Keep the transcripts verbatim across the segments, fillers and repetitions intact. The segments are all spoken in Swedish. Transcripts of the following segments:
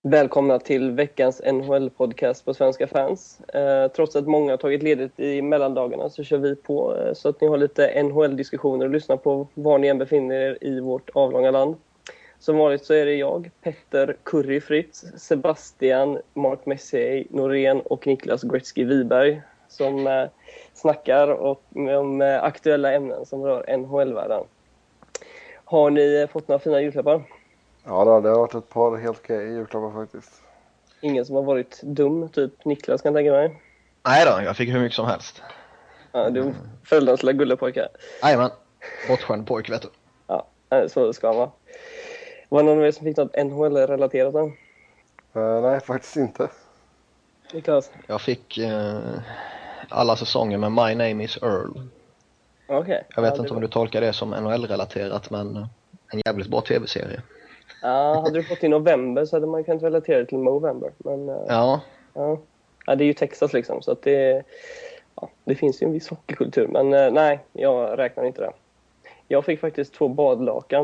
Välkomna till veckans N H L-podcast på Svenska fans. Eh, trots att många har tagit ledigt i mellandagarna så kör vi på eh, så att ni har lite N H L-diskussioner och lyssnar på var ni än befinner er i vårt avlånga land. Som vanligt så är det jag, Petter Curry Fritz, Sebastian, Mark Messier, Norén och Niklas Gretzky Wiberg som eh, snackar och, om eh, aktuella ämnen som rör N H L-världen. Har ni eh, fått några fina julklappar? Ja, då, det har varit ett par helt okej julklappar faktiskt. Ingen som har varit dum, typ Niklas kan jag tänka mig. Nej då, jag fick hur mycket som helst. Ja, du föräldrarnas lilla gullepojkar. Jajamän, bortskämd pojk vet du. Ja, så det ska vara. Var det någon av er som fick något N H L-relaterat då? Uh, nej, faktiskt inte. Niklas? Jag fick uh, alla säsonger med My Name is Earl. Okej. Okay. Jag vet ja, inte om du tolkar det som N H L-relaterat, men en jävligt bra tv-serie. Ja, hade du fått i november så hade man kunnat relatera till Movember. Men, uh, ja. ja. Ja, det är ju Texas liksom, så att det, ja, det finns ju en viss hockeykultur. Men uh, nej, jag räknar inte det. Jag fick faktiskt två badlakan.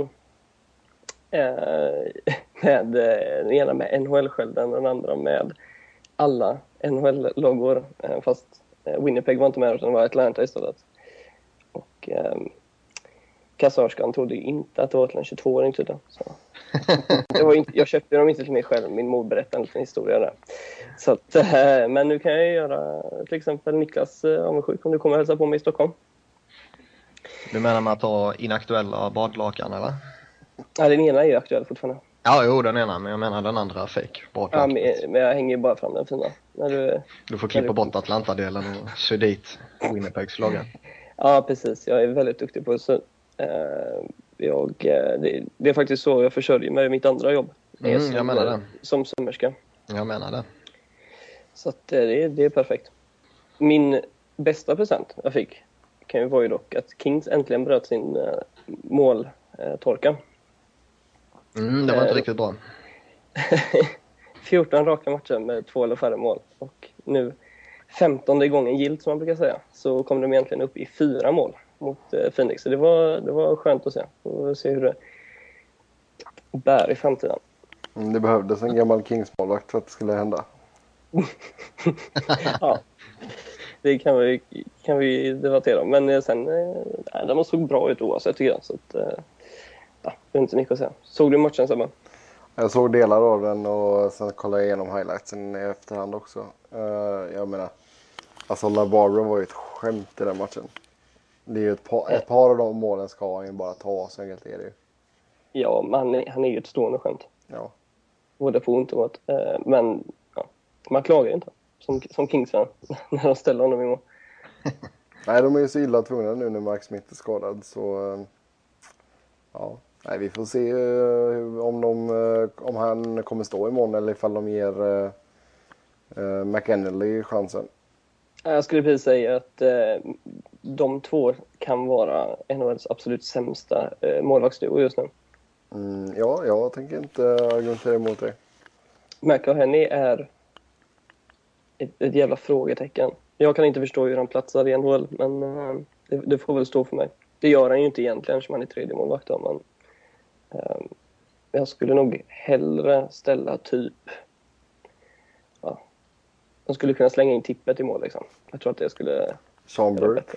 Uh, med, uh, den ena med N H L-skölden och den andra med alla N H L-loggor. Uh, fast uh, Winnipeg var inte med utan det var Atlanta istället. Och um, kassörskan trodde ju inte att det var till en tjugotvååring tydligen. Så. Det var inte, jag köpte dem inte till mig själv. Min mor berättade en liten historia där. Så att, äh, men nu kan jag göra till exempel Niklas äh, avundsjuk om du kommer hälsa på mig i Stockholm. Du menar med att ha inaktuella badlakan eller? Ja, den ena är ju aktuell fortfarande. Ja, jo den ena, men jag menar den andra fake badlakan. Ja, men, men jag hänger ju bara fram den fina. När du, du får klippa du... bort Atlanta-delen och sy dit Winnipegs logga. Ja, precis. Jag är väldigt duktig på det. Så, äh, jag, det, det är faktiskt så jag försörjer med mitt andra jobb. Mm, som, jag menar det. Som sömmerska. Jag menar det. Så att det, det är perfekt. Min bästa present jag fick kan ju vara ju dock att Kings äntligen bröt sin uh, måltorka. Mm, det var inte uh, riktigt bra. fjorton raka matcher med två eller färre mål. Och nu femtonde gången gilt som man brukar säga. Så kom de egentligen upp i fyra mål mot uh, Phoenix. Så det var, det var skönt att se. Och se hur det bär i framtiden. Mm, det behövdes en gammal Kings-målvakt för att det skulle hända. Ja, det kan vi, kan vi debattera om. Men sen, nej, de såg bra ut oavsett tycker jag. Så att, ja, det är inte mycket att säga. Såg du matchen samma? Jag såg delar av den och sen kollade jag igenom highlightsen i efterhand också. Uh, jag menar, alltså LaBarbera var ju ett skämt i den matchen. Det är ju ett par, ett par av de målen ska han ju bara ta, så enkelt är det ju. Ja, men han är, han är ju ett stående skämt. Ja. Både på ont och åt. Uh, men ja, man klagar inte. Som, som Kingsfan när de ställer honom i mål. Nej, de är ju så illa tvungna nu när Mark Smith är skadad. Så ja, nej, vi får se uh, om, de, uh, om han kommer stå imorgon eller ifall de ger uh, uh, McEnally chansen. Jag skulle precis säga att uh, de två kan vara en av deras absolut sämsta uh, målvaktsduo just nu. Mm, ja, jag tänker inte argumentera emot det. McElhenney är Ett, ett jävla frågetecken. Jag kan inte förstå hur han platsar i N H L, men uh, det, det får väl stå för mig. Det gör han ju inte egentligen som han är tredje målvakt då, men uh, jag skulle nog hellre ställa typ ja, de skulle kunna slänga in tippet i mål liksom. Jag tror att det skulle Sean Burke.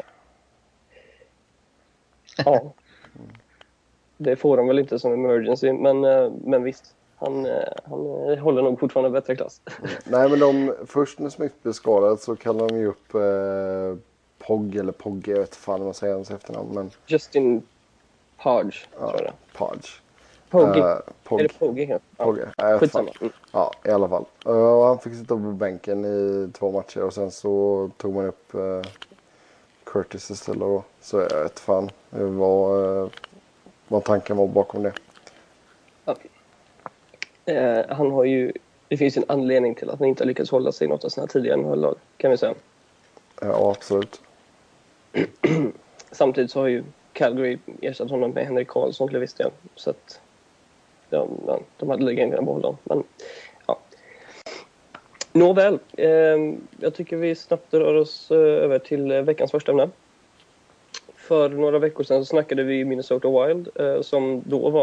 Ja. Det får de väl inte som emergency, men, uh, men visst. Han, han håller nog fortfarande bättre klass. Nej, men de, först när Smith blev skadad så kallade de ju upp eh, Pog eller Pogge, jag vet fan vad man säger hans efternamn. Men... Justin Page, ja, tror jag. Page. Pogge. Uh, Pog. Är det Pogge? Ja. Pogge. Äh, Skitsamma. Mm. Ja, i alla fall. Uh, han fick sitta på bänken i två matcher och sen så tog man upp uh, Curtis istället då. Så jag vet fan vad, uh, vad tanken var bakom det. Ja. Eh, han har ju, det finns en anledning till att han inte har lyckats hålla sig i något av sina tidigare lag, kan vi säga. Ja, absolut. Samtidigt så har ju Calgary ersatt honom med Henrik Karlsson till viss del. Så att ja, de hade lika gärna behålla dem. Men ja. Nåväl, eh, jag tycker vi snabbt rör oss eh, över till veckans första ämne. För några veckor sedan så snackade vi Minnesota Wild eh, som då var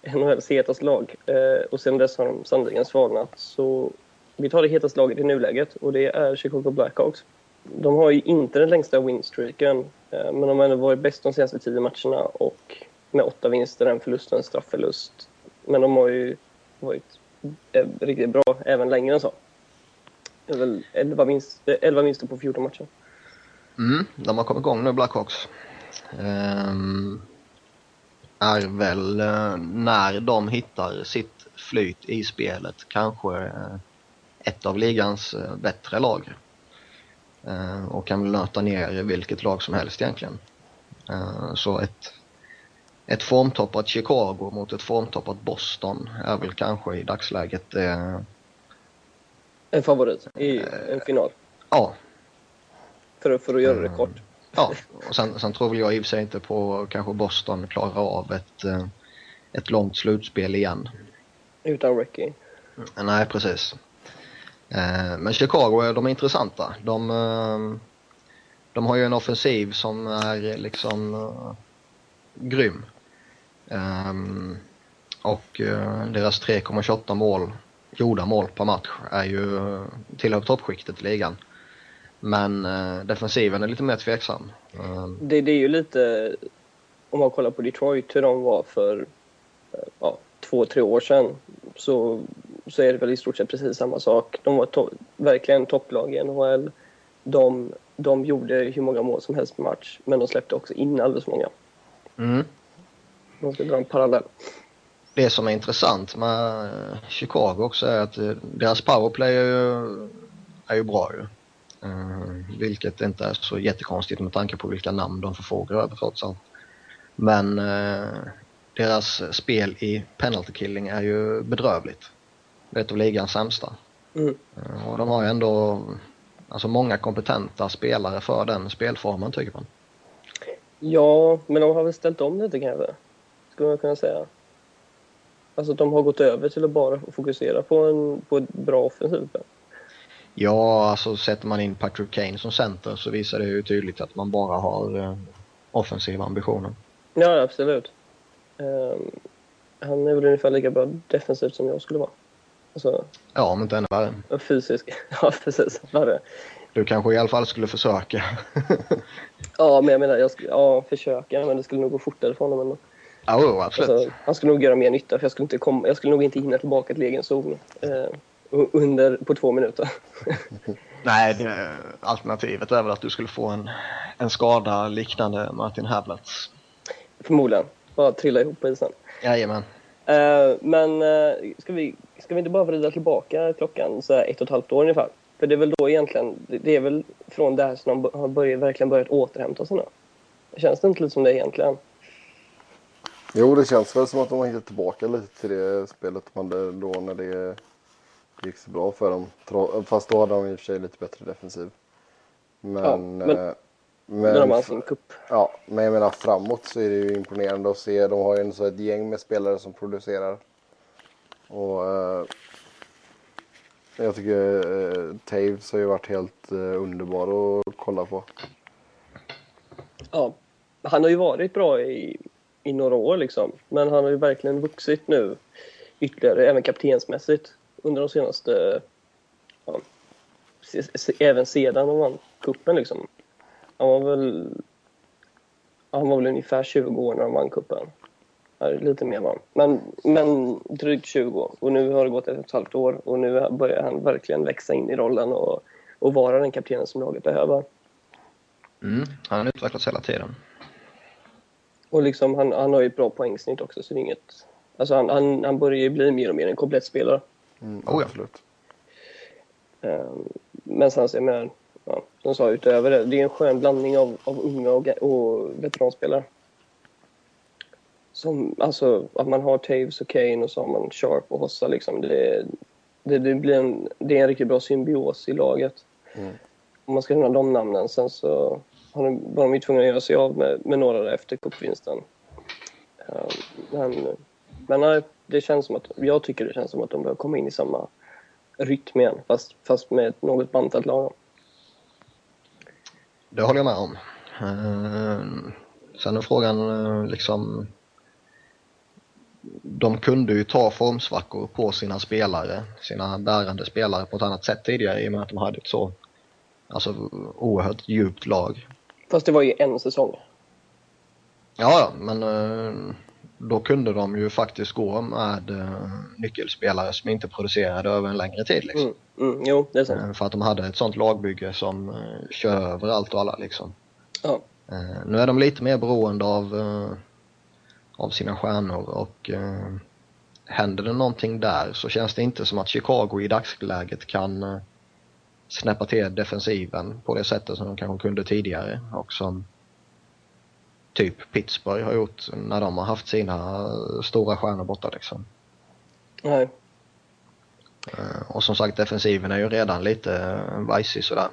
N H L:s hetaste lag. Eh, och sen dess har de sannolikt svalnat. Så vi tar det hetaste laget i nuläget och det är Chicago Blackhawks. De har ju inte den längsta winstreaken, eh, men de har ändå varit bäst de senaste tio matcherna och med åtta vinster, en förlust och en straffförlust. Men de har ju varit eh, riktigt bra även längre än så. Det är väl elva, vinst, elva vinster på fjorton matcher. Mm, de har kommit igång nu, Blackhawks. Um, är väl uh, när de hittar sitt flyt i spelet kanske uh, ett av ligans uh, bättre lag. Uh, och kan nöta ner vilket lag som helst egentligen. Uh, så ett, ett formtoppat Chicago mot ett formtoppat Boston är väl kanske i dagsläget uh, en favorit i en final. Ja. För, för att göra det kort. Ja, och sen, sen tror väl jag i och för sig inte på kanske Boston klarar av ett, ett långt slutspel igen. Utan Ricky. Nej, precis. Men Chicago, de är intressanta. De, de har ju en offensiv som är liksom grym. Och deras tre komma tjugoåtta mål, gjorda mål per match är ju tillhör toppskiktet i ligan. Men eh, defensiven är lite mer tveksam. Um. Det, det är ju lite, om man kollar på Detroit, hur de var för ja, två, tre år sedan. Så, så är det väl i stort sett precis samma sak. De var to- verkligen topplag i N H L. De, de gjorde hur många mål som helst per match. Men de släppte också in alldeles många. Mm. Man ska dra en parallell. Det som är intressant med Chicago också är att deras powerplay är ju, är ju bra ju. Uh, vilket inte är så jättekonstigt med tanke på vilka namn de förfogar över trots allt. Men uh, deras spel i penalty killing är ju bedrövligt. Det är ett av ligans sämsta. Mm. Uh, och de har ju ändå alltså många kompetenta spelare för den spelformen, tycker man. Ja, men de har väl ställt om lite kanske, skulle man kunna säga. Alltså de har gått över till att bara fokusera på en på ett bra offensiv. Ja, alltså sätter man in Patrick Kane som center så visar det ju tydligt att man bara har uh, offensiva ambitioner. Ja, absolut. Um, han är väl ungefär lika bra defensivt som jag skulle vara. Alltså, ja, om inte ännu värre. Fysisk, ja precis, värre. Du kanske i alla fall skulle försöka. Ja, men jag menar, jag skulle, ja, försöka, men det skulle nog gå fortare för honom ändå. Ja, absolut. Alltså, han skulle nog göra mer nytta, för jag skulle, inte komma, jag skulle nog inte hinna tillbaka till egen zon eh, under, på två minuter. Nej, det, alternativet är väl att du skulle få en, en skada liknande Martin Havlets. Förmodligen, bara trilla ihop på isen. Jajamän. Eh, men eh, ska, vi, ska vi inte bara vrida tillbaka klockan så här ett och ett halvt år ungefär? För det är väl då egentligen, det är väl från där som de har börjat, verkligen börjat återhämta sig nu. Känns det inte lite som det egentligen? Jo, det känns väl som att de har hittat tillbaka lite till det spelet de hade då när det gick så bra för dem. Fast då hade de i och för sig lite bättre defensiv. Men, ja, men, men de har sin kupp. Ja, men jag menar framåt så är det ju imponerande att se. De har ju så ett gäng med spelare som producerar. Och eh, jag tycker eh, Taves har ju varit helt eh, underbar att kolla på. Ja, han har ju varit bra i, i några år liksom. Men han har ju verkligen vuxit nu ytterligare, även kaptensmässigt, under de senaste, ja, se, se, även sedan de vann kuppen liksom. Han var väl han var väl ungefär tjugo år när de vann kuppen. Ja, lite mer var men men drygt tjugo, och nu har det gått ett och ett halvt år och nu börjar han verkligen växa in i rollen och, och vara den kaptenen som laget behöver. Mm, han har utvecklats hela tiden. Och liksom han, han har ju ett bra poängsnitt också, så det är inget, alltså han, han, han börjar ju bli mer och mer en komplett spelare. Mm, oh, ja. Absolut. Um, men sen så jag menar, ja, som sa utöver det, det är en skön blandning av, av unga och, och veteranspelare. Som, alltså att man har Taves och Kane och så har man Sharp och Hossa liksom, det, det, det blir en, det är en riktigt bra symbios i laget. Mm. Om man ska nämna de namnen, sen så har de, var de ju tvungna att göra sig av med, med några efter cupvinsten. Um, men men nej, det känns som att, jag tycker det känns som att de börjar komma in i samma rytm igen, fast, fast med ett något bantat lag. Det håller jag med om. Uh, sen är frågan uh, liksom de kunde ju ta formsvackor på sina spelare, sina bärande spelare på ett annat sätt tidigare i och med att de hade ett så alltså, oerhört djupt lag. Fast det var ju en säsong. Ja, men då kunde de ju faktiskt gå med nyckelspelare som inte producerade över en längre tid liksom. Mm, mm, jo, det är sant. För att de hade ett sånt lagbygge som kör över allt och alla liksom. Ja. Nu är de lite mer beroende av, av sina stjärnor och händer det någonting där så känns det inte som att Chicago i dagsläget kan snäppa till defensiven på det sättet som de kanske kunde tidigare och som typ Pittsburgh har gjort när de har haft sina stora stjärnor borta liksom. Nej. Och som sagt, defensiven är ju redan lite vajsig sådär.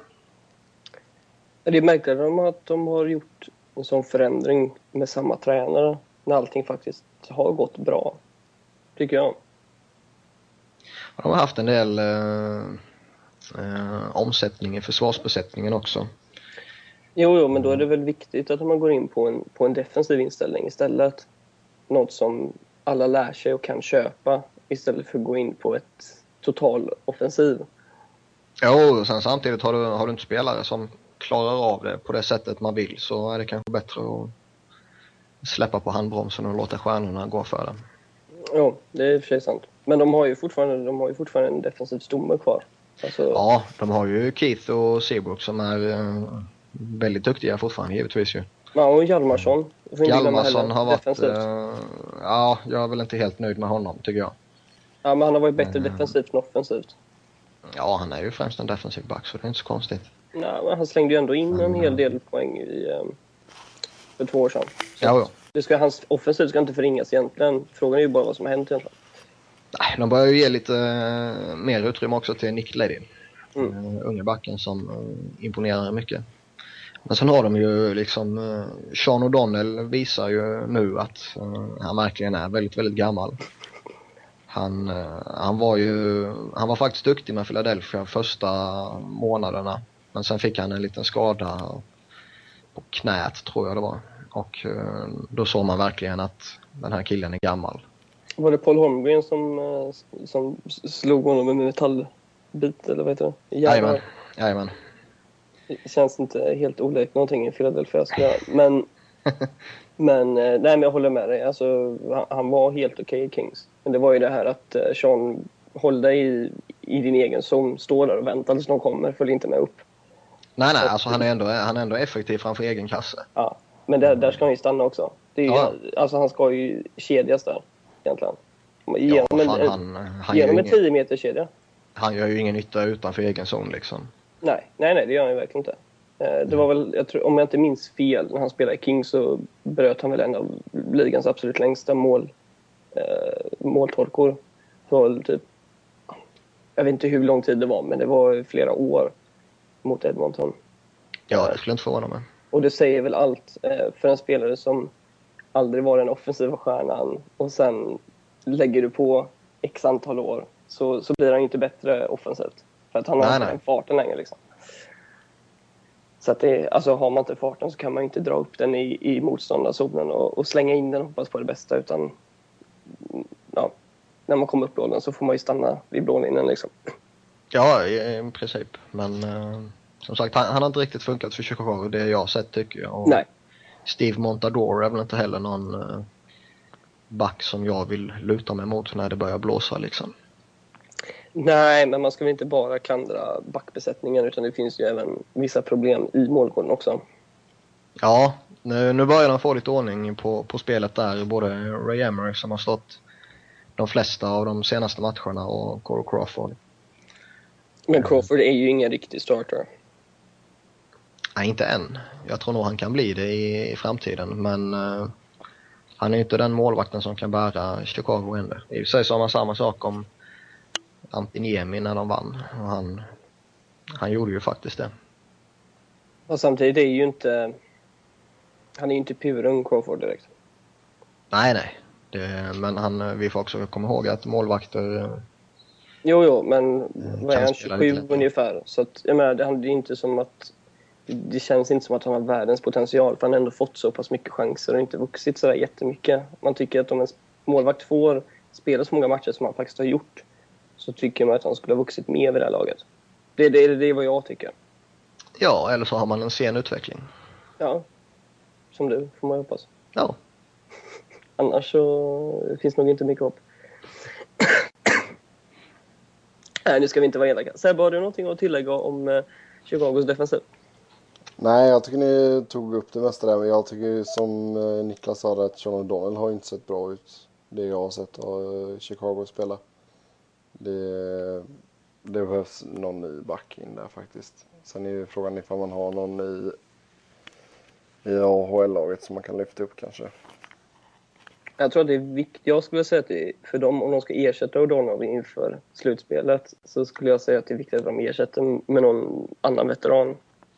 Det är märkligt att de har gjort en sån förändring med samma tränare när allting faktiskt har gått bra, tycker jag. De har haft en del eh, eh, omsättning i försvarsbesättningen också. Jo, jo, men då är det väl viktigt att man går in på en, på en defensiv inställning istället. Något som alla lär sig och kan köpa istället för att gå in på ett total offensiv. Jo, och sen samtidigt har du, har du inte spelare som klarar av det på det sättet man vill så är det kanske bättre att släppa på handbromsen och låta stjärnorna gå för det. Jo, det är för sig sant. Men de har ju fortfarande, de har ju fortfarande en defensiv stomme kvar. Alltså... Ja, de har ju Keith och Seabrook som är eh, väldigt duktiga fortfarande givetvis ju. Ja, och Hjalmarsson. Hjalmarsson har varit... Eh, ja, jag är väl inte helt nöjd med honom tycker jag. Ja, men han har varit bättre mm. defensivt än offensivt. Ja, han är ju främst en defensiv back så det är inte så konstigt. Nej, men han slängde ju ändå in en hel del poäng i, um, för två år sedan. Så ja, ja. Det ska, hans offensivt ska inte förringas egentligen. Frågan är ju bara vad som har hänt egentligen. Nej, de börjar ju ge lite uh, mer utrymme också till Nick Leddy. Mm. Uh, unge backen som uh, imponerar mycket. Men sen har de ju liksom uh, Sean O'Donnell visar ju nu att uh, han verkligen är väldigt, väldigt gammal. Han, uh, han var ju han var faktiskt duktig med Philadelphia första månaderna. Men sen fick han en liten skada på knät tror jag det var. Och uh, då såg man verkligen att den här killen är gammal. Var det Paul Holmgren som, som slog honom med en metallbit eller vad heter det? Jajamän, jajamän. Det känns inte helt olikt någonting i Philadelphia ska jag. Men, men, nej, men jag håller med dig. Alltså, han, han var helt okej okay i Kings. Men det var ju det här att uh, Sean, håll dig i, i din egen zon, står där och väntar tills de kommer, följ inte med upp. Nej, nej, alltså han är ändå, han är ändå effektiv framför egen kasse. Ja, men där, där ska han ju stanna också. Det är ju, ja. Alltså han ska ju kedjas där. Egentligen. Genom ja, en, han, han genom en tio meters kedja. Han gör ju ingen nytta utanför egen zon liksom. Nej, nej, nej det gör han ju verkligen inte. Eh, det var väl, jag tror, om jag inte minns fel, när han spelade i Kings så bröt han väl en av ligans absolut längsta mål, eh, måltorkor. För typ, jag vet inte hur lång tid det var, men det var flera år mot Edmonton. Ja, det skulle inte förvåna mig. Och det säger väl allt eh, för en spelare som aldrig var den offensiva stjärnan och sen lägger du på x antal år så, så blir han inte bättre offensivt. För att han har nej, inte nej. den farten längre liksom. Så att det, alltså har man inte farten så kan man inte dra upp den i, i motståndarzonen och, och slänga in den och hoppas på det bästa. Utan ja, när man kommer upp i åldern så får man ju stanna vid blålinjen liksom. Ja, i, i princip. Men uh, som sagt, han, han har inte riktigt funkat för Chicago, det jag har sett tycker jag. Och nej. Steve Montador är väl inte heller någon uh, back som jag vill luta mig mot när det börjar blåsa liksom. Nej, men man ska väl inte bara klandra backbesättningen utan det finns ju även vissa problem i målgården också. Ja, nu, nu börjar de få lite ordning på, på spelet där. Både Ray Emery som har stått de flesta av de senaste matcherna och Corey Crawford. Men Crawford är ju ingen riktig starter. Nej, inte än. Jag tror nog han kan bli det i, i framtiden. Men uh, han är inte den målvakten som kan bära Chicago ändå. I och för sig sa man samma sak om Antiniemi när de vann. Och han, han gjorde ju faktiskt det. Och samtidigt är ju inte... Han är ju inte puren Crawford direkt. Nej, nej. Det, men han, vi får också komma ihåg att målvakter... Jo, jo, men vad är han? tjugosju ungefär. Så att, jag menar, det är inte som att... Det känns inte som att han har världens potential. För han har ändå fått så pass mycket chanser och inte vuxit sådär jättemycket. Man tycker att om en målvakt får spela så många matcher som han faktiskt har gjort, så tycker man att han skulle ha vuxit mer vid det här laget. Det, det, det är vad jag tycker. Ja, eller så har man en sen utveckling. Ja, som du, får man hoppas. Ja. Annars så finns nog inte mycket hopp. Nej, nu ska vi inte vara elaka. Sebbe, har du någonting att tillägga om eh, Chicagos defensiv? Nej, jag tycker ni tog upp det mesta där. Men jag tycker som eh, Niklas sa att Sean O'Donnell har inte sett bra ut. Det jag har sett av eh, Chicago spela. Det, det behövs någon ny back in där faktiskt. Sen är ju frågan ifall man har någon i, i A H L-laget som man kan lyfta upp kanske. Jag tror att det är viktigt. Jag skulle säga att det, för dem, om de ska ersätta O'Donnell inför slutspelet, så skulle jag säga att det är viktigt att de ersätter med någon annan veteran.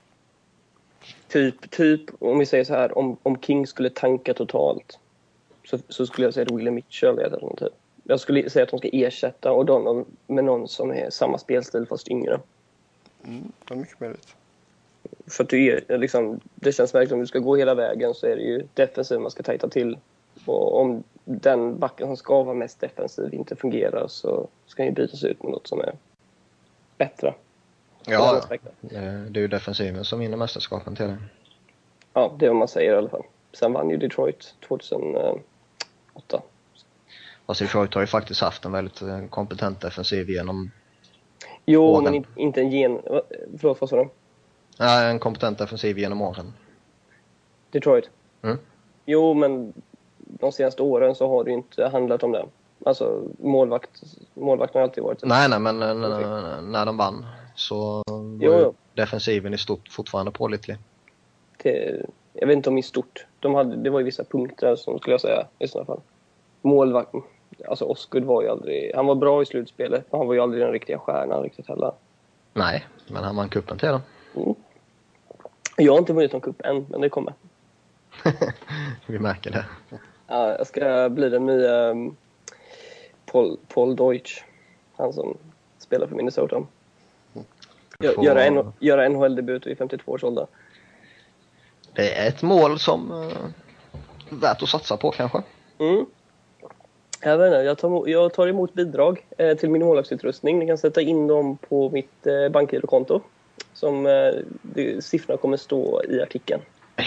Typ, typ om vi säger så här, om, om King skulle tanka totalt, så, så skulle jag säga att William Mitchell är det. Typ. Jag skulle säga att de ska ersätta O'Donnell med någon som är samma spelstil fast yngre. Mm, det är mycket möjligt. För att du är, liksom, det känns verkligen, om du ska gå hela vägen så är det ju defensiv man ska tajta till. Och om den backen som ska vara mest defensiv inte fungerar, så ska han ju bytas ut med något som är bättre. Ja, det är ju defensiven som vinner mästerskapen till det. Ja, det är vad man säger i alla fall. Sen vann ju Detroit tjugohundraåtta. Fast Detroit har ju faktiskt haft en väldigt kompetent defensiv genom Jo, åren. men inte en gen... Förlåt, vad sa du? Ja, en kompetent defensiv genom åren. Detroit? Mm. Jo, men de senaste åren så har det ju inte handlat om det. Alltså, målvakt, målvakten har alltid varit... Nej, nej, men när, när de vann så var jo, jo. defensiven i stort fortfarande pålitlig. Det, jag vet inte om i stort. De hade, det var ju vissa punkter som skulle jag säga i sådana fall. Målvakten. Alltså Osgood var ju aldrig... Han var bra i slutspelet, men han var ju aldrig den riktiga stjärnan riktigt heller. Nej, men han vann kuppen till dem. Mm. Jag har inte vunnit någon kupp än, men det kommer. Vi märker det. Ja, jag ska bli den nya um, Paul, Paul Deutsch. Han som spelar för Minnesota. Gör, får... göra, en, göra N H L-debut i femtiotvå års ålder. Det är ett mål som uh, värt att satsa på kanske. Mm. Jag vet inte, jag tar, jag tar emot bidrag eh, till min målvaktsutrustning. Ni kan sätta in dem på mitt eh, bankgirokonto. Som eh, det, siffrorna kommer stå i artikeln.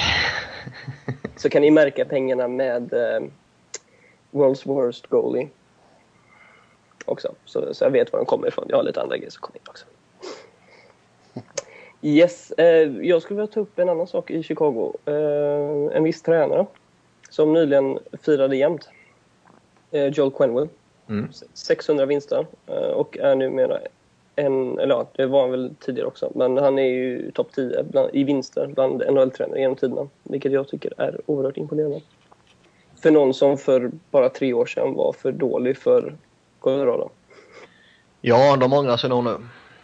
Så kan ni märka pengarna med eh, World's Worst Goalie också. Så, så jag vet var de kommer ifrån. Jag har lite andra grejer som kommer in också. Yes, eh, jag skulle vilja ta upp en annan sak i Chicago. Eh, en viss tränare som nyligen firade jämnt. Eh, Joel Quenneville. Mm. sexhundra vinster eh, och är numera en, eller ja, det var han väl tidigare också, men han är ju topp tio bland, i vinster bland N H L-tränare genom tiderna, vilket jag tycker är oerhört imponerande. För någon som för bara tre år sedan var för dålig för Colorado. Ja, de ångrar sig nog nu.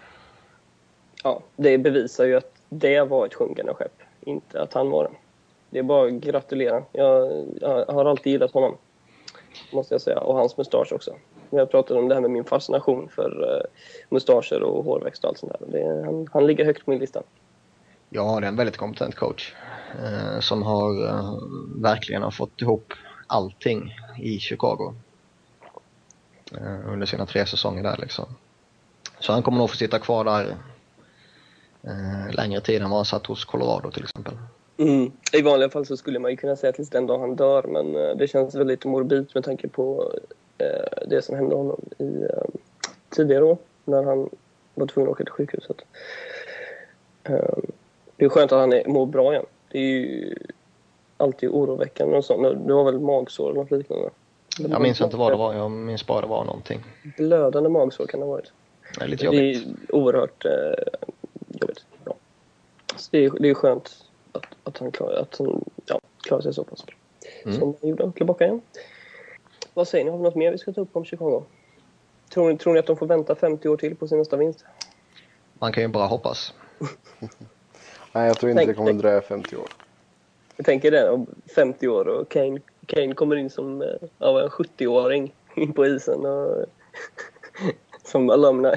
Ja, det bevisar ju att det var ett sjunkande skepp, inte att han var det. Det är bara att gratulera. Jag, jag har alltid gillat honom, måste jag säga, och hans mustasch också. Jag pratade om det här med min fascination för uh, mustascher och hårväxt och allt sånt där. Det, han, han ligger högt på min lista. Ja, det är en väldigt kompetent coach eh, som har eh, verkligen har fått ihop allting i Chicago eh, under sina tre säsonger där liksom. Så han kommer nog få sitta kvar där eh, längre tid än vad han satt hos Colorado till exempel. Mm. I vanliga fall så skulle man ju kunna säga tills den dag han dör, men uh, det känns väldigt morbid med tanke på uh, det som hände honom i uh, tidigare år när han var tvungen att åka till sjukhuset. Uh, det är skönt att han är, mår bra igen. Det är ju alltid oroväckande och sånt. Det var väl magsår eller något liknande. Jag minns inte vad det var, jag minns bara det var någonting. Blödande magsår kan det ha varit. Det är lite jobbigt. Det är oerhört uh, jobbigt. Ja. Så det, är, det är skönt att, att han klarar, att han, ja, klarar sig så pass bra. Mm. Som han gjorde tillbaka igen. Vad säger ni? Har vi något mer vi ska ta upp om Chicago? Tror ni, tror ni att de får vänta femtio år till på sin nästa vinst? Man kan ju bara hoppas. Nej, jag tror inte Tänk, det kommer dröja femtio år. Jag tänker det, om femtio år och Kane, Kane kommer in som ja, en sjuttio-åring in på isen och som alumni.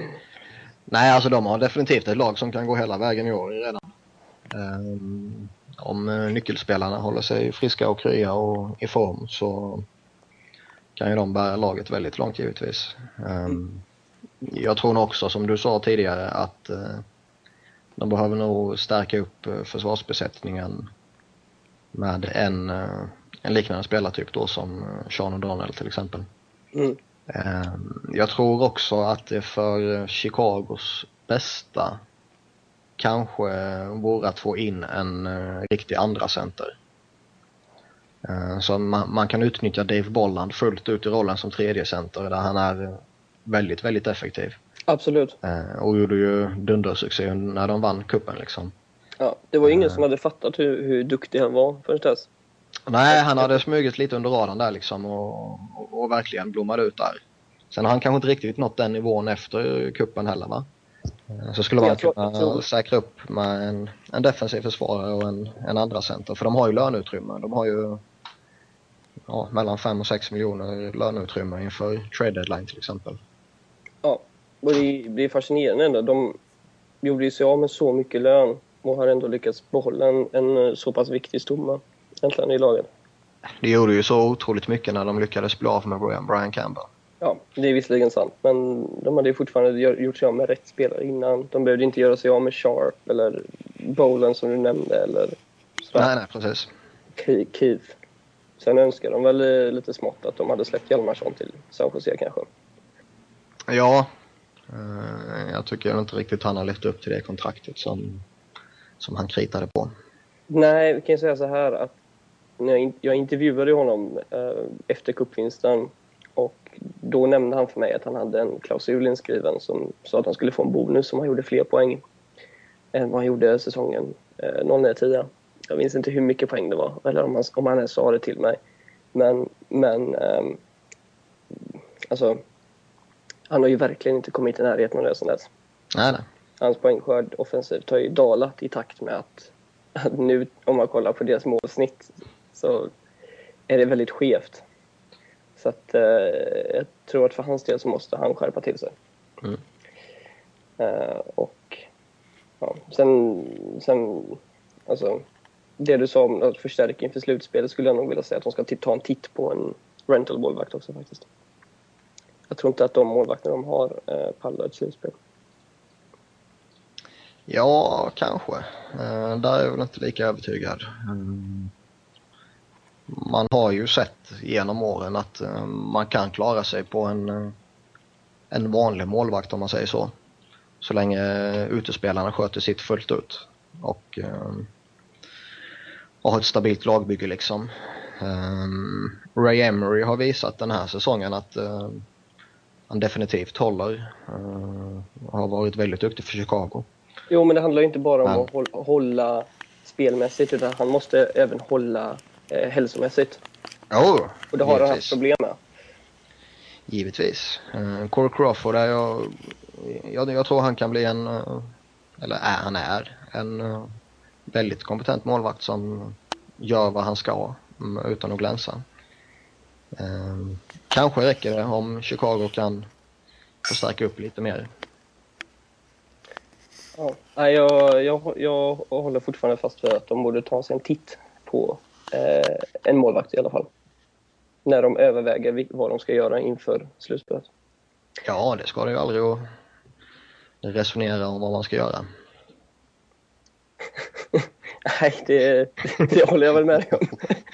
Nej, alltså de har definitivt ett lag som kan gå hela vägen i år redan. Um, om eh, nyckelspelarna håller sig friska och krya och i form så kan ju de bära laget väldigt långt givetvis. Um, jag tror nog också, som du sa tidigare, att uh, de behöver nog stärka upp uh, försvarsbesättningen med en, uh, en liknande spelartyp då som uh, Sean O'Donnell till exempel. Mm. Um, jag tror också att det för Chicagos bästa kanske vore att få in en uh, riktig andra center. Uh, så man, man kan utnyttja Dave Bolland fullt ut i rollen som tredje center där han är uh, väldigt, väldigt effektiv. Absolut. Uh, och gjorde ju dundersuccé när de vann kuppen liksom. Ja, det var ju ingen uh, som hade fattat hur, hur duktig han var först dess. Nej, han hade smugit lite under radarn där liksom och, och, och verkligen blommade ut där. Sen har han kanske inte riktigt nått den nivån efter kuppen heller, va? Så skulle man Jag kunna tror... säkra upp med en, en defensiv försvarare och en, en andra center. För de har ju löneutrymme. De har ju ja, mellan fem och sex miljoner löneutrymme inför trade deadline till exempel. Ja, och det blir fascinerande ändå. De gjorde ju sig av med så mycket lön och har ändå lyckats behålla en, en så pass viktig stomme egentligen i laget. Det gjorde ju så otroligt mycket när de lyckades bli av med Brian, Brian Campbell. Ja, det är visserligen sant. Men de hade ju fortfarande gjort sig av med rätt spelare innan. De behövde inte göra sig av med Sharp eller Boland som du nämnde. Eller nej, nej, precis. Keith. Sen önskar de väl lite smått att de hade släppt Hjalmarsson till San Jose kanske. Ja, jag tycker inte riktigt han har levt upp till det kontraktet som, som han kritade på. Nej, vi kan ju säga så här att när jag, jag intervjuade honom eh, efter cupvinsten och då nämnde han för mig att han hade en klausul inskriven som sa att han skulle få en bonus om han gjorde fler poäng än vad han gjorde säsongen eh, noll nio tio. Jag minns inte hur mycket poäng det var eller om han, om han ens sa det till mig. Men, men eh, alltså han har ju verkligen inte kommit i närheten av det sen dess. Nej, nej. Hans poängskörd offensivt har ju dalat i takt med att, att nu om man kollar på deras målsnitt så är det väldigt skevt. Så att eh, jag tror att för hans del så måste han skärpa till sig. Mm. Eh, och ja, sen, sen alltså det du sa om att förstärka inför slutspelet skulle jag nog vilja säga att de ska ta en titt på en rental målvakt också faktiskt. Jag tror inte att de målvakter de har eh, pallar ett slutspel. Ja, kanske. Uh, där är jag väl inte lika övertygad. Mm. Man har ju sett genom åren att uh, man kan klara sig på en, uh, en vanlig målvakt om man säger så. Så länge uh, utespelarna sköter sitt fullt ut. Och, uh, och har ett stabilt lagbygge liksom. Um, Ray Emery har visat den här säsongen att uh, han definitivt håller. Uh, och har varit väldigt duktig för Chicago. Jo, men det handlar ju inte bara om men. att hålla, hålla spelmässigt utan han måste även hålla eh, hälsomässigt. Oh, och det har han haft problem med. Givetvis. Uh, Corey Crawford är jag, jag, jag tror han kan bli en, uh, eller är, han är en uh, väldigt kompetent målvakt som gör vad han ska um, utan att glänsa. Uh, kanske räcker det om Chicago kan förstärka upp lite mer. Ja, jag, jag, jag håller fortfarande fast vid att de borde ta sig en titt på eh, en målvakt i alla fall. När de överväger vad de ska göra inför slutspelet. Ja, det ska det ju aldrig att resonera om vad man ska göra. Nej, det, det håller jag väl med dig om.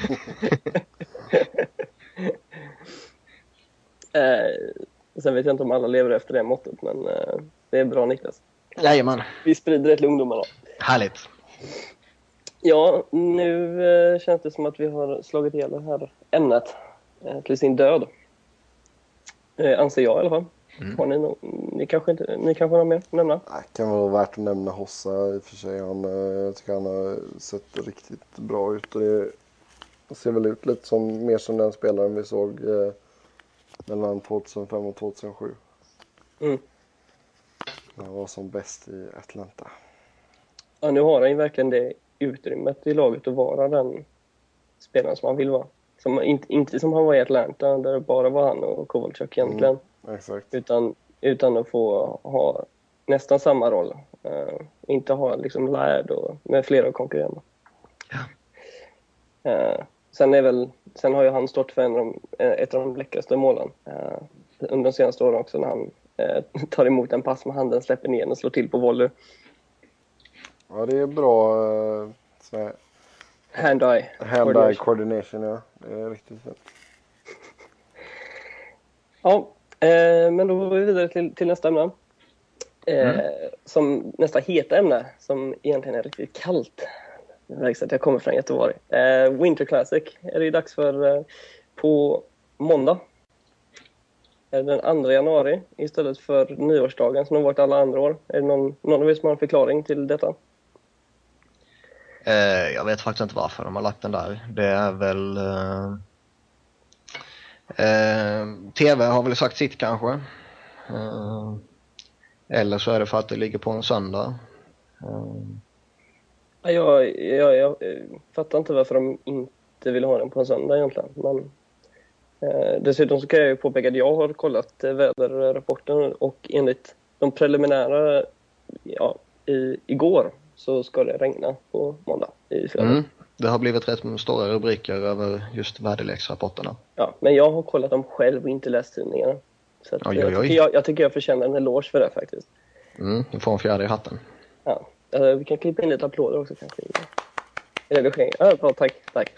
eh, sen vet jag inte om alla lever efter det måttet, men eh, det är bra, Niklas. Jajamän. Vi sprider det till ungdomarna. Härligt. Ja, nu eh, känns det som att vi har slagit ihjäl det här ämnet eh, till sin död. Eh, anser jag i alla fall. Mm. Har ni, no- ni, kanske inte, ni kanske har mer att nämna? Det kan vara värt att nämna Hossa i och för sig. Han, jag tycker han har sett riktigt bra ut. Och det ser väl ut lite som, mer som den spelaren vi såg eh, mellan tjugohundrafem och tjugohundrasju. Mm. Han var som bäst i Atlanta. Ja, nu har han ju verkligen det utrymmet i laget att vara den spelaren som han vill vara. Som, inte, inte som han var i Atlanta där det bara var han och Kovalchuk egentligen. Mm, exakt. Utan, utan att få ha nästan samma roll. Uh, inte ha liksom Laird och med flera konkurrenter. Ja. Uh, sen, är väl, sen har ju han stått för en av de, ett av de läckraste målen uh, under de senaste åren också, när han uh, tar emot en pass med handen, släpper ner den och slår till på volley. Ja, det är bra uh, sån hand-eye hand-eye coordination, ja. Det är riktigt fint. Ja, eh, men då går vi vidare till, till nästa ämne. Eh, mm. Som nästa heta ämne, som egentligen är riktigt kallt. Det märks att jag kommer från Göteborg. Eh, Winter Classic är det dags för eh, på måndag. Den andra januari istället för nyårsdagen som har varit alla andra år. Är det någon, någon av er som har en förklaring till detta? Eh, jag vet faktiskt inte varför de har lagt den där. Det är väl... Eh, eh, T V har väl sagt sitt kanske. Eh, eller så är det för att det ligger på en söndag. Eh. Jag, jag, jag fattar inte varför de inte vill ha den på en söndag egentligen. Men, eh, dessutom så kan jag ju påpeka att jag har kollat eh, väderrapporten, och enligt de preliminära ja, i, igår så ska det regna på måndag i fredag. Mm, det har blivit rätt stora rubriker över just väderleksrapporterna. Ja, men jag har kollat dem själv och inte läst tidningarna. Så att, oj, oj, oj. Jag, tycker jag, jag tycker jag förtjänar en eloge för det faktiskt. Mm, du får en fjärde i hatten. Ja, uh, vi kan klippa in lite applåder också kanske. Eller det sker. Ja, bra, tack, tack.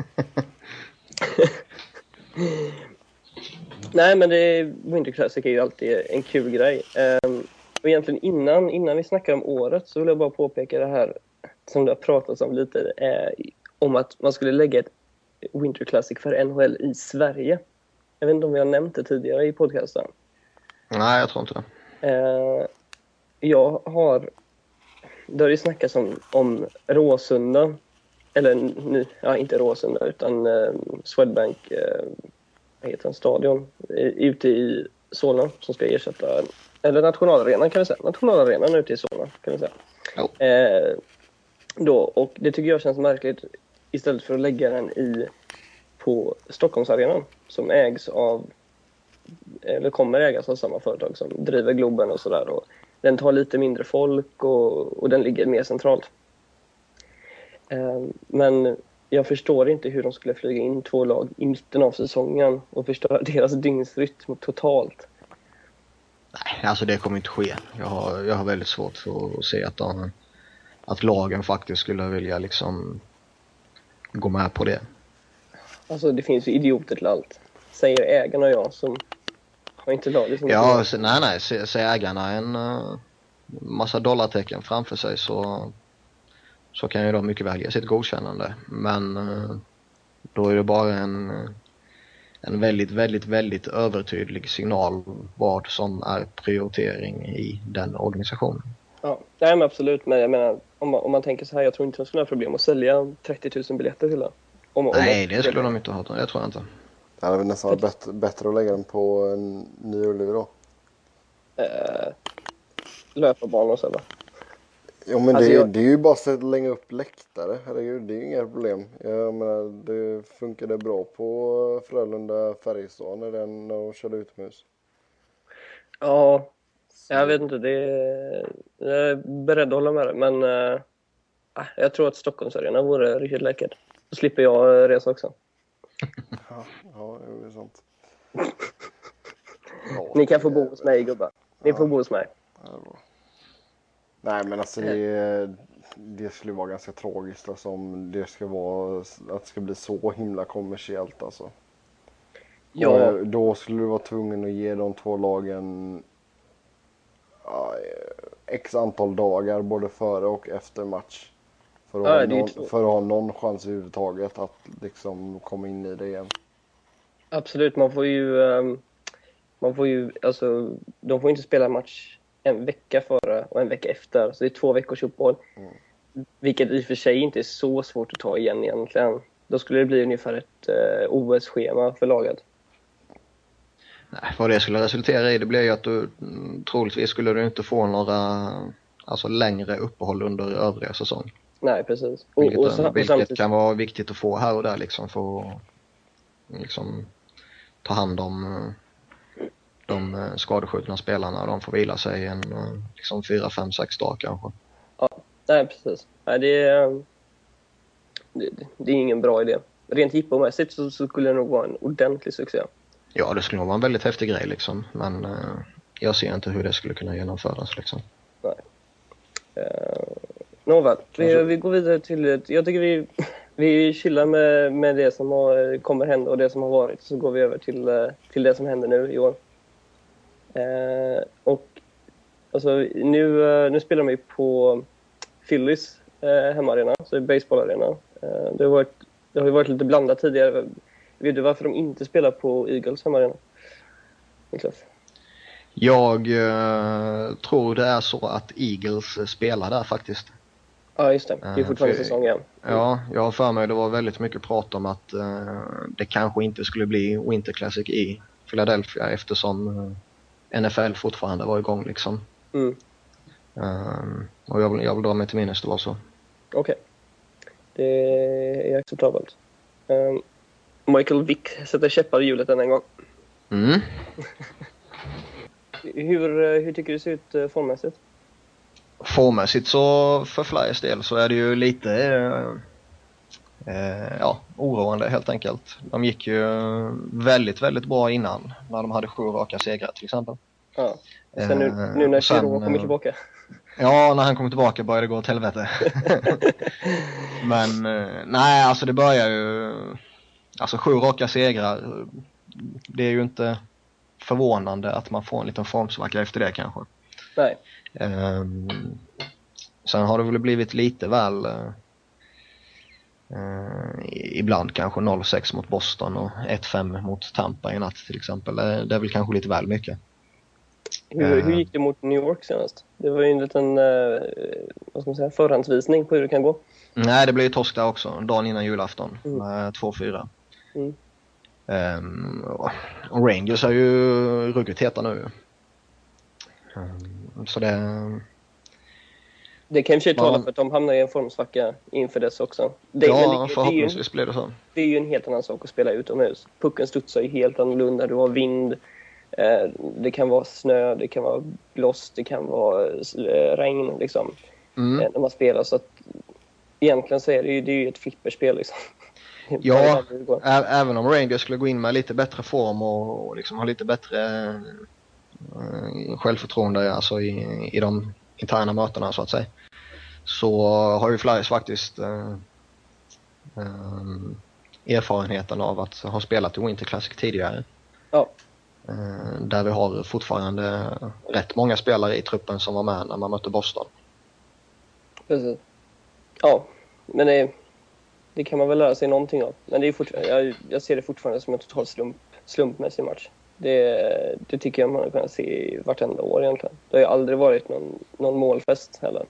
Nej, men det, Winter Classic är ju alltid en kul grej. Um, och egentligen innan, innan vi snackar om året så vill jag bara påpeka det här som det har pratats om lite, eh, om att man skulle lägga ett Winter Classic för N H L i Sverige. Jag vet inte om vi har nämnt det tidigare i podcasten. Nej, jag tror inte det. Eh, jag har... Det har ju snackats om, om Råsunda. Eller nu, ja, inte Råsunda utan eh, Swedbank, eh, vad heter den, stadion ute i Solna som ska ersätta, eller nationalarenan kan vi säga. Nationalarenan ute i Solna kan vi säga. Oh. Eh, då, och det tycker jag känns märkligt istället för att lägga den i på Stockholmsarenan som ägs av, eller kommer ägas av samma företag som driver Globen och sådär. Och den tar lite mindre folk och, och den ligger mer centralt. Eh, men jag förstår inte hur de skulle flyga in två lag i mitten av säsongen och förstöra deras dygnsrytm totalt. Nej, alltså det kommer inte ske. Jag har, jag har väldigt svårt för att se att, de, att lagen faktiskt skulle vilja liksom gå med på det. Alltså det finns ju idioter till allt. Säger ägarna och jag som har inte laget som... Ja, så, nej nej. Säger ägarna en uh, massa dollartecken framför sig så, så kan ju de mycket väl ge sitt godkännande. Men uh, då är det bara en... Uh, en väldigt, väldigt, väldigt övertydlig signal vad som är prioritering i den organisationen. Ja, nej, men absolut. Men jag menar, om man, om man tänker så här, jag tror inte de skulle ha problem att sälja trettio tusen biljetter till det. Om, nej, om det skulle de inte ha. Det tror jag inte. Det hade väl nästan varit bättre, bättre att lägga den på en ny Ullevi då. Eh, löparbanor och så va? Jo, men alltså det, jag... det är ju bara att lägga upp läktare. Herregud, det är ju inga problem. Jag menar, det funkade bra på Frölunda Färjestad när, den, när de körde utomhus. Ja, så. Jag vet inte. Det är, jag är beredd att hålla med det. Men äh, jag tror att Stockholmsarena vore riktigt läckert. Då slipper jag resa också. ja, ja, det är sant. ja, Ni kan få bo hos mig, gubbar. Ni ja. får bo hos mig. Ja, nej, men alltså det, det skulle vara ganska tragiskt alltså, om det ska vara att det ska bli så himla kommersiellt alltså. Ja. Och då skulle du vara tvungen att ge de två lagen ja, x antal dagar både före och efter match för att, ja, ha, någon, för att ha någon chans överhuvudtaget att liksom komma in i det igen. Absolut, man får ju man får ju alltså de får inte spela match en vecka före och en vecka efter. Så det är två veckors uppehåll. Mm. Vilket i och för sig inte är så svårt att ta igen egentligen. Då skulle det bli ungefär ett eh, O S-schema för laget. Nej, vad det skulle resultera i det blir ju att du troligtvis skulle du inte få några alltså längre uppehåll under övriga säsong. Nej, precis. Och, vilket och, och, vilket samtidigt... kan vara viktigt att få här och där liksom för att liksom, ta hand om de skadeskjutna spelarna. De får vila sig en liksom fyra, fem, sex dagar kanske. Ja, nej, precis. Nej, det är, det, det är ingen bra idé. Rent jippomässigt så, så skulle det nog vara en ordentlig succé. Ja, det skulle nog vara en väldigt häftig grej liksom. Men uh, jag ser inte hur det skulle kunna genomföras liksom. Nej. Uh, Nåväl, vi, vi går vidare till... Jag tycker vi, vi chillar med, med det som har, kommer hända och det som har varit. Så går vi över till, till det som händer nu i år. Uh, och alltså, nu, nu spelar vi på Phillies uh, hemmaarena, så är baseballarena. Uh, det har varit Det har ju varit lite blandat tidigare. Vet du varför de inte spelar på Eagles hemmaarena? Niklas? Jag eh, tror det är så att Eagles spelar där faktiskt. Ja, just det. Det är fortfarande för, säsong igen. Mm. Ja, jag har för mig det var väldigt mycket prat om att eh, det kanske inte skulle bli Winter Classic i Philadelphia eftersom eh, N F L fortfarande var igång liksom. Mm. Um, och jag vill, jag vill dra mig till minnes det var så. Okej. Okay. Det är acceptabelt. Um, Michael Vick sätter käppar i hjulet än en gång. Mm. hur, hur tycker du det ser ut formmässigt? Formmässigt så för Flyers del så är det ju lite eh, eh, ja, oroande helt enkelt. De gick ju väldigt, väldigt bra innan när de hade sju raka segrar till exempel. Ja. Sen nu, nu när Giroux kommer tillbaka. Ja, när han kommer tillbaka börjar det gå åt helvete. Men nej, alltså det börjar ju... Alltså sju raka segrar, det är ju inte förvånande att man får en liten formsvacka efter det kanske. Nej. Um, sen har det väl blivit lite väl... Uh, ibland kanske noll sex mot Boston och ett fem mot Tampa i natt till exempel. Det är väl kanske lite väl mycket. Hur, hur gick det mot New York senast? Det var ju en liten uh, vad ska man säga, förhandsvisning på hur det kan gå. Nej, det blev ju torsk där också. Dagen innan julafton mm. med två fyra. Mm. Um, och Rangers är ju ruggigt heta nu. Um, så det... Det kan ju tala för att de hamnar i en formsvacka inför dess också. Det, ja, det, förhoppningsvis det blir det så. Det är ju en helt annan sak att spela utomhus. Pucken studsar ju helt annorlunda. Du har vind. Det kan vara snö, det kan vara blåst, det kan vara regn liksom, mm. när man spelar. Så att egentligen så är det ju, det är ju ett flipperspel liksom. Ja, ä- även om Rangers skulle gå in med lite bättre form och, och liksom ha lite bättre äh, självförtroende alltså i, i de interna mötena så att säga, så har ju Flyers faktiskt äh, äh, erfarenheten av att ha spelat i Winter Classic tidigare. Ja. Där vi har fortfarande rätt många spelare i truppen som var med när man mötte Boston. Precis. Ja, men det, det kan man väl lära sig någonting av. Men det är fortfarande, jag, jag ser det fortfarande som en total slump, slumpmässig match. Det, det tycker jag man kan se i vartenda år egentligen. Det har ju aldrig varit någon, någon målfest heller.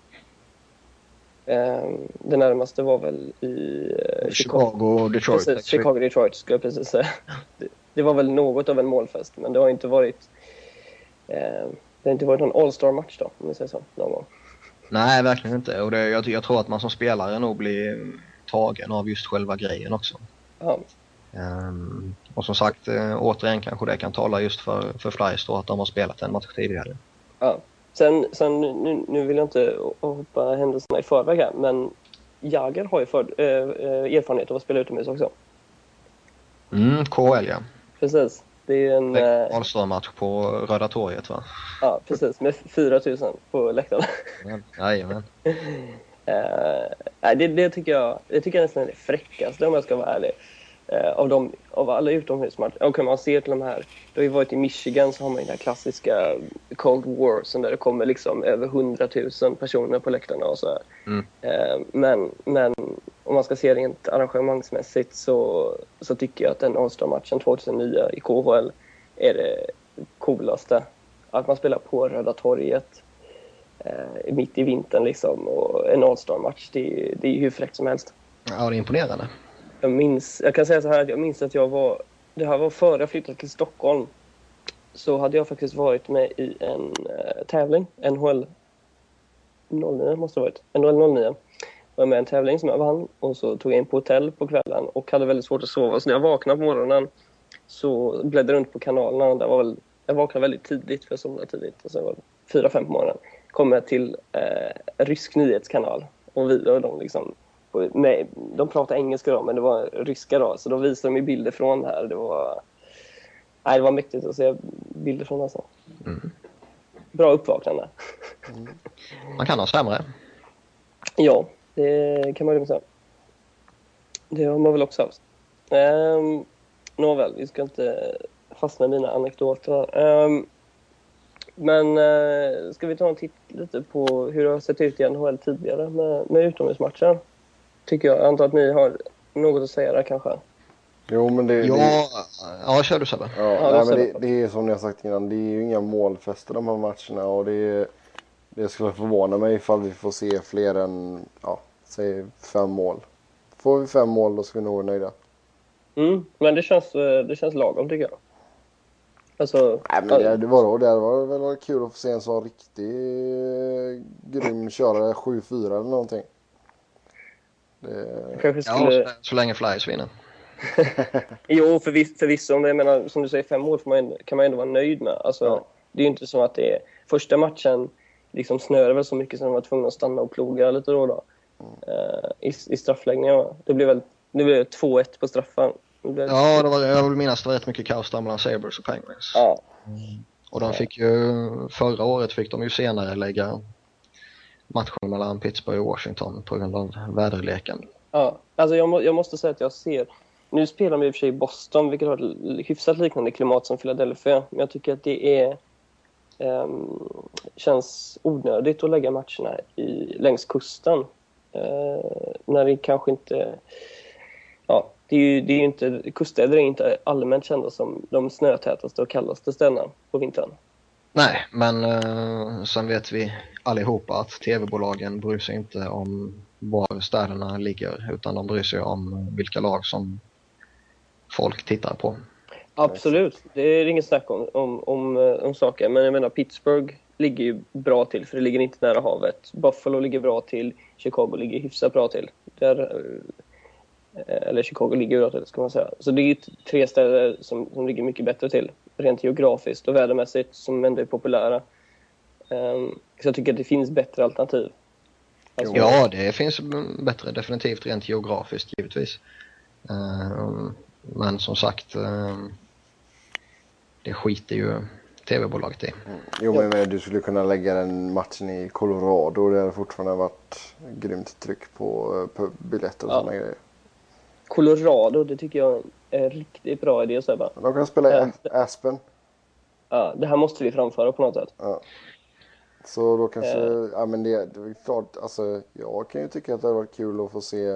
Det närmaste var väl i Chicago och Detroit. Precis, Chicago Detroit skulle jag precis säga. Det, det var väl något av en målfest, men det har inte varit eh, det har inte varit någon all-star-match då, om vi säger så, någon gång. Nej, verkligen inte. Och det, jag, jag tror att man som spelare nog blir tagen av just själva grejen också. Ja. Um, och som sagt, äh, återigen kanske det kan tala just för, för Flyers då, att de har spelat en match tidigare. Ja. Sen, sen nu, nu vill jag inte hoppa händelserna i förväg här, men Jagr har ju för, äh, erfarenhet av att spela utomhus också. Mm, K L ja. Precis. Det är en äh, all-star-match på Röda torget va? Ja, precis. Med fyra tusen på läktaren. Jajamän. uh, det, det tycker jag det tycker jag nästan är det fräckaste, om jag ska vara ärlig. Uh, av, de, av alla utomhusmatcher. Och kan man se till de här, då har ju varit i Michigan, så har man den här klassiska Cold War där det kommer liksom över hundratusen personer på läktarna och så här. Mm. Uh, men, men om man ska se rent arrangemangsmässigt så, så tycker jag att den All-Star-matchen tjugohundranio i K H L är det coolaste. Att man spelar på Röda torget eh, mitt i vintern liksom, och en All-Star-match, det, det är ju hur fräckt som helst. Ja, det är imponerande. Jag minns, jag kan säga så här att jag minns att jag var, det här var före jag flyttade till Stockholm, så hade jag faktiskt varit med i en eh, tävling, N H L noll nio måste det ha varit, N H L noll nio. Jag var med i en tävling som jag vann, och så tog jag in på hotell på kvällen och hade väldigt svårt att sova, så när jag vaknade på morgonen så bläddrade runt på kanalerna, och där var väl, jag vaknade väldigt tidigt, för jag somnade tidigt, och så var det fyra fem på morgonen, kom jag till eh, rysk nyhetskanal, och vi och de liksom på, nej, de pratade engelska då, men det var ryska då. Så då visade de ju bilder från här. Det var, nej, det var mäktigt att se bilder från alltså. Mm. Bra uppvaknande. Mm. Man kan ha sämre. Ja, det kan man ju säga. Det har man väl också haft. Um, Nåväl, vi ska inte fastna i mina anekdoter. Um, men uh, ska vi ta en titt lite på hur det har sett ut i N H L tidigare med, med utomhusmatcher? Tycker jag. Jag antar att ni har något att säga där kanske. Jo, men det... Ja, det... ja kör du Sebbe. Ja, ja, nej, men det, det är som ni har sagt innan. Det är ju inga målfester de här matcherna. Och det, det skulle förvåna mig ifall vi får se fler än, ja, säg fem mål. Får vi fem mål då ska vi nog vara nöjda. Mm, men det känns, det känns lagom tycker jag. Alltså, nej, men det, det var då, det var väl var kul att få se en sån riktig grym köra sju fyra eller någonting. Det... Kanske skulle... Ja, så länge Flyers vinner. Jo, förvisso, förvisso. Jag menar, som du säger, fem mål får man, kan man ändå vara nöjd med. Alltså, ja. Det är ju inte så att det är... Första matchen liksom snöade väl så mycket som de var tvungna att stanna och ploga lite då då. Mm. Uh, i, I straffläggningen. Det blev väl det blev två ett på straffan. Det blev... Ja, det var, jag vill minnas det var rätt mycket kaos där mellan Sabres och Penguins. Ja. Mm. Och de fick ju... Förra året fick de ju senare lägga matchen mellan Pittsburgh och Washington på grund av väderleken. Ja, alltså jag, må, jag måste säga att jag ser... Nu spelar de i och för sig i Boston, vilket har ett hyfsat liknande klimat som Philadelphia. Men jag tycker att det är... Um, känns onödigt att lägga matcherna i, längs kusten. Uh, när det kanske inte... Ja, det är ju, det är ju inte... Kuststäder är inte allmänt kända som de snötätaste och kallaste städerna på vintern. Nej, men uh, sen vet vi allihopa att tv-bolagen bryr sig inte om var städerna ligger, utan de bryr sig om vilka lag som folk tittar på. Absolut, det är inget snack om, om, om, om saker. Men jag menar, Pittsburgh ligger ju bra till, för det ligger inte nära havet. Buffalo ligger bra till, Chicago ligger hyfsat bra till. Där, eller Chicago ligger bra till, ska man säga. Så det är ju tre städer som, som ligger mycket bättre till, rent geografiskt och vädermässigt, som ändå är populära. Um, så jag tycker att det finns bättre alternativ. Alltså, ja, det finns bättre, definitivt rent geografiskt, givetvis. Um, men som sagt, um, det skiter ju tv-bolaget i. Mm. Jo, men ja. Du skulle kunna lägga den matchen i Colorado. Det har fortfarande varit grymt tryck på, på biljetter och ja. Sådana grejer. Colorado, det tycker jag är en riktigt bra idé. Så de kan spela i ja. Aspen. Ja, det här måste vi framföra på något sätt. Ja. Så då kanske, äh. ja men det, det är klart, alltså jag kan ju tycka att det har varit kul att få se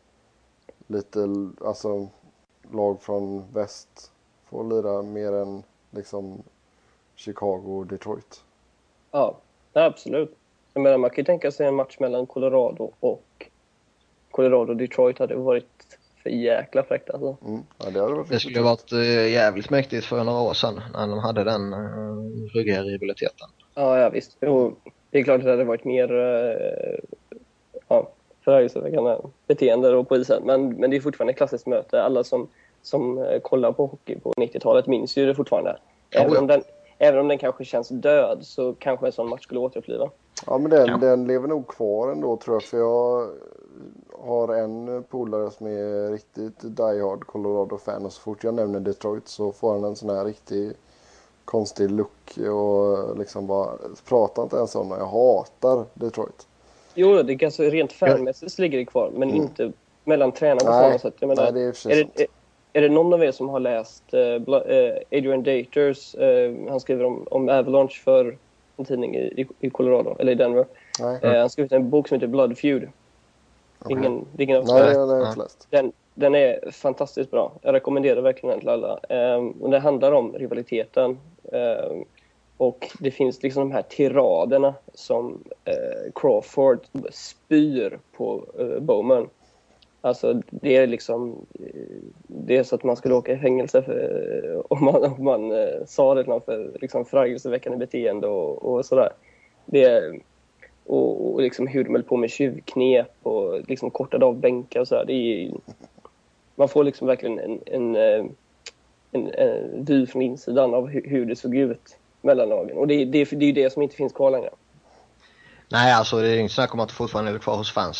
lite, alltså lag från väst få lira mer än liksom Chicago och Detroit. Ja, absolut. Jag menar, man kan ju tänka sig en match mellan Colorado och Colorado och Detroit hade varit för jäkla fräckt alltså. Mm. Ja, det hade varit det skulle ha varit uh, jävligt mäktigt för några år sedan när de hade den uh, ryggiga rivaliteten. Ja, ja visst. Jo, det är klart att det hade varit mer uh, ja, förargelseväckande beteende då på isen. Men, men det är fortfarande ett klassiskt möte. Alla som, som uh, kollar på hockey på nittiotalet minns ju det fortfarande. Även, oh, om den, även om den kanske känns död så kanske en sån match skulle återuppliva. Ja, men den, ja. den lever nog kvar ändå tror jag. För jag har en polare som är riktigt diehard Colorado-fan. Och så fort jag nämner Detroit så får han en sån här riktig konstig look. Och liksom bara pratar inte ens om det. Jag hatar Detroit. Jo, det är alltså rent fanmässigt ligger det kvar. Men mm. inte mellan tränarna på samma sätt. Jag menar, nej, det är, är, det, är, är det någon av er som har läst uh, Adrian Daters? Uh, han skriver om, om Avalanche för en tidning i, i Colorado, eller i Denver. Nej. Uh, han skrivit en bok som heter Blood Feud. Okay. Ingen, ingen av nej, nej, nej, nej, den, den är fantastiskt bra. Jag rekommenderar verkligen den till alla. Um, och det handlar om rivaliteten. Um, och det finns liksom de här tiraderna som uh, Crawford spyr på uh, Bowman. Alltså det är liksom det är så att man skulle åka i fängelse för, om man, om man uh, sa det för liksom förargelseväckande beteende och, och sådär. Det är, och, och liksom hur de höll på med tjuvknep och liksom kortade av bänkar och sådär. Det är, man får liksom verkligen en, en, en, en, en vy från insidan av hur, hur det såg ut mellan lagen. Och det, det, det är ju det som inte finns kvar längre. Nej, alltså det är inte snack om att det fortfarande är kvar hos fansen.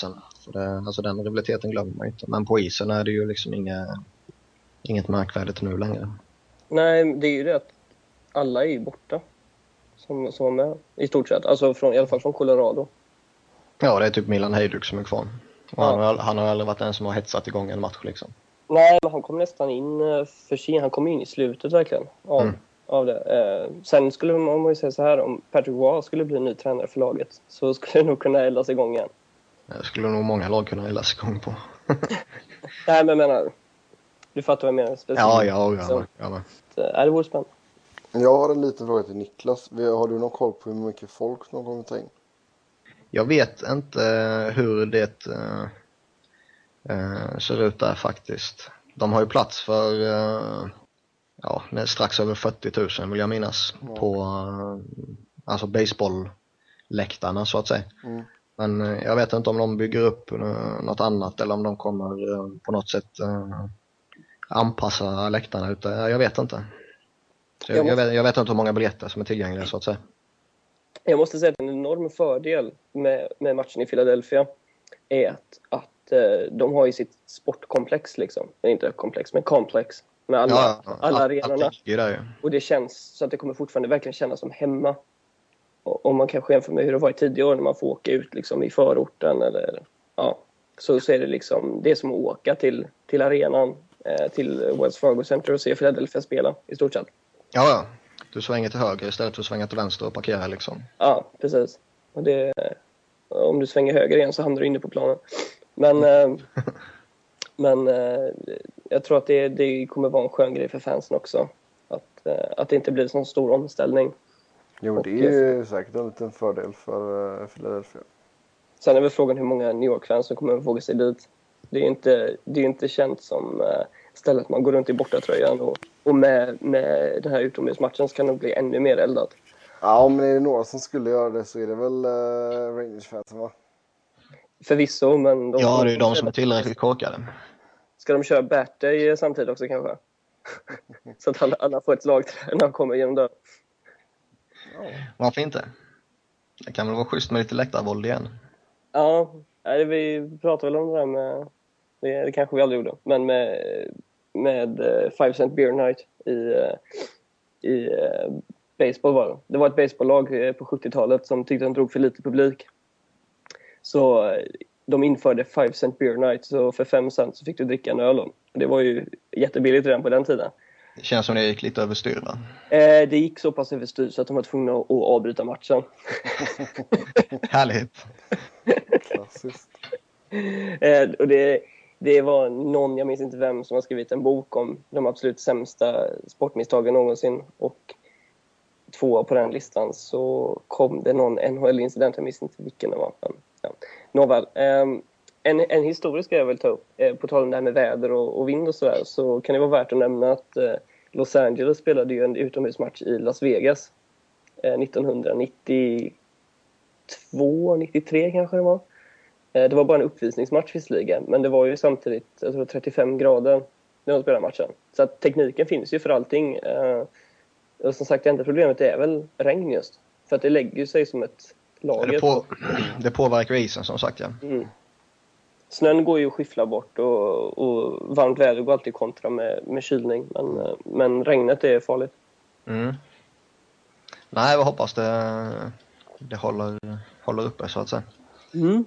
För det, alltså den rivaliteten glömmer man inte. Men på isen är det ju liksom inga, inget märkvärdigt nu längre. Nej, det är ju det att alla är ju borta. Som, som är med, i stort sett. Alltså från, i alla fall från Colorado. Ja, det är typ Milan Hejduk som är kvar. Och Ja. han, har, han har aldrig varit den som har hetsat igång en match liksom. Nej, men han kom nästan in för sent. Han kom in i slutet verkligen av, Mm. av det. Eh, sen skulle man, man ju säga så här, om Patrick Roy skulle bli ny tränare för laget så skulle det nog kunna eldas igång igen. Det skulle nog många lag kunna eldas igång på. Nej, men jag menar, du fattar vad jag menar. Speciellt. Ja, ja, ja. Så, ja, ja. så, äh, det vore spännande. Jag har en liten fråga till Niklas. Har du någon koll på hur mycket folk någon kommer ta in? Jag vet inte hur det uh, uh, ser ut där faktiskt. De har ju plats för uh, ja, strax över fyrtio tusen vill jag minnas Ja. på uh, alltså baseballläktarna så att säga. Mm. Men uh, jag vet inte om de bygger upp uh, något annat eller om de kommer uh, på något sätt uh, anpassa läktarna ute. Jag vet inte. Så jag, Jag jag, måste- vet, jag vet inte hur många biljetter som är tillgängliga så att säga. Jag måste säga att en enorm fördel med, med matchen i Philadelphia är att, att eh, de har ju sitt sportkomplex liksom. Inte komplex, men komplex. Med alla, Ja, ja. alla Allt- arenorna. allt ligger där ju. Och det känns så att det kommer fortfarande verkligen kännas som hemma. Och om man kanske jämför med hur det var i tidigare år när man får åka ut liksom i förorten eller ja, så, så är det liksom det är som att åka till, till arenan, eh, till Wells Fargo Center och se Philadelphia spela i stort sett. Ja, ja. Du svänger till höger istället för att svänga till vänster och parkera liksom. Ja, precis. Och det, om du svänger höger igen så hamnar du inne på planen. Men, eh, men eh, jag tror att det, det kommer vara en skön grej för fansen också. Att, eh, att det inte blir en sån stor omställning. Jo, det är ju säkert en liten fördel för uh, Philadelphia. Sen är väl frågan hur många New York-fans som kommer att våga sig dit. Det är inte, det är inte känt som uh, stället man går runt i bortatröjan. Och, och med, med den här utomhusmatchen så kan det bli ännu mer eldat. Ja, om det är några som skulle göra det så är det väl uh, Rangers-fansen, va? Förvisso, men... De, Ja, det är ju de som är tillräckligt korkade. Ska de köra Batty samtidigt också kanske? Så att alla, alla får ett slagträ när de kommer genom dörren. Varför inte? Det kan väl vara schysst med lite läktarvåld igen. Ja, nej, vi pratade väl om det där med... Det, det kanske vi aldrig gjorde. Men med, med uh, Five Cent Beer Night i, uh, i uh, baseball var det. Det var ett baseballlag uh, på sjuttiotalet som tyckte att de drog för lite publik. Så uh, de införde Five Cent Beer Night. Så för fem cent så fick du dricka en öl. Det var ju jättebilligt redan på den tiden. Det känns som det gick lite överstyr, va? Eh, det gick så pass överstyr så att de var tvungna att, att avbryta matchen. Härligt. Klassiskt. eh, och det, det var någon, jag minns inte vem, som har skrivit en bok om de absolut sämsta sportmisstagen någonsin. Och två på den listan så kom det någon N H L-incident, jag minns inte vilken det var. Men, ja. Nåväl, eh, en, en historisk jag vill ta upp, eh, på tal om det här med väder och, och vind och sådär, så kan det vara värt att nämna att eh, Los Angeles spelade ju en utomhusmatch i Las Vegas eh, nittonhundranittiotvå, nittiotre kanske det var. Eh, det var bara en uppvisningsmatch visserligen, men det var ju samtidigt jag tror, trettiofem grader när de spelade matchen. Så att tekniken finns ju för allting. Eh, och som sagt, det enda problemet är väl regn just. För att det lägger ju sig som ett lager. Det, på, det påverkar isen som sagt, ja. Mm. Snön går ju att skiffla bort och, och varmt väder går alltid kontra med, med kylning. Men, men regnet är farligt. Mm. Nej, jag hoppas det, det håller, håller uppe så att säga. Mm.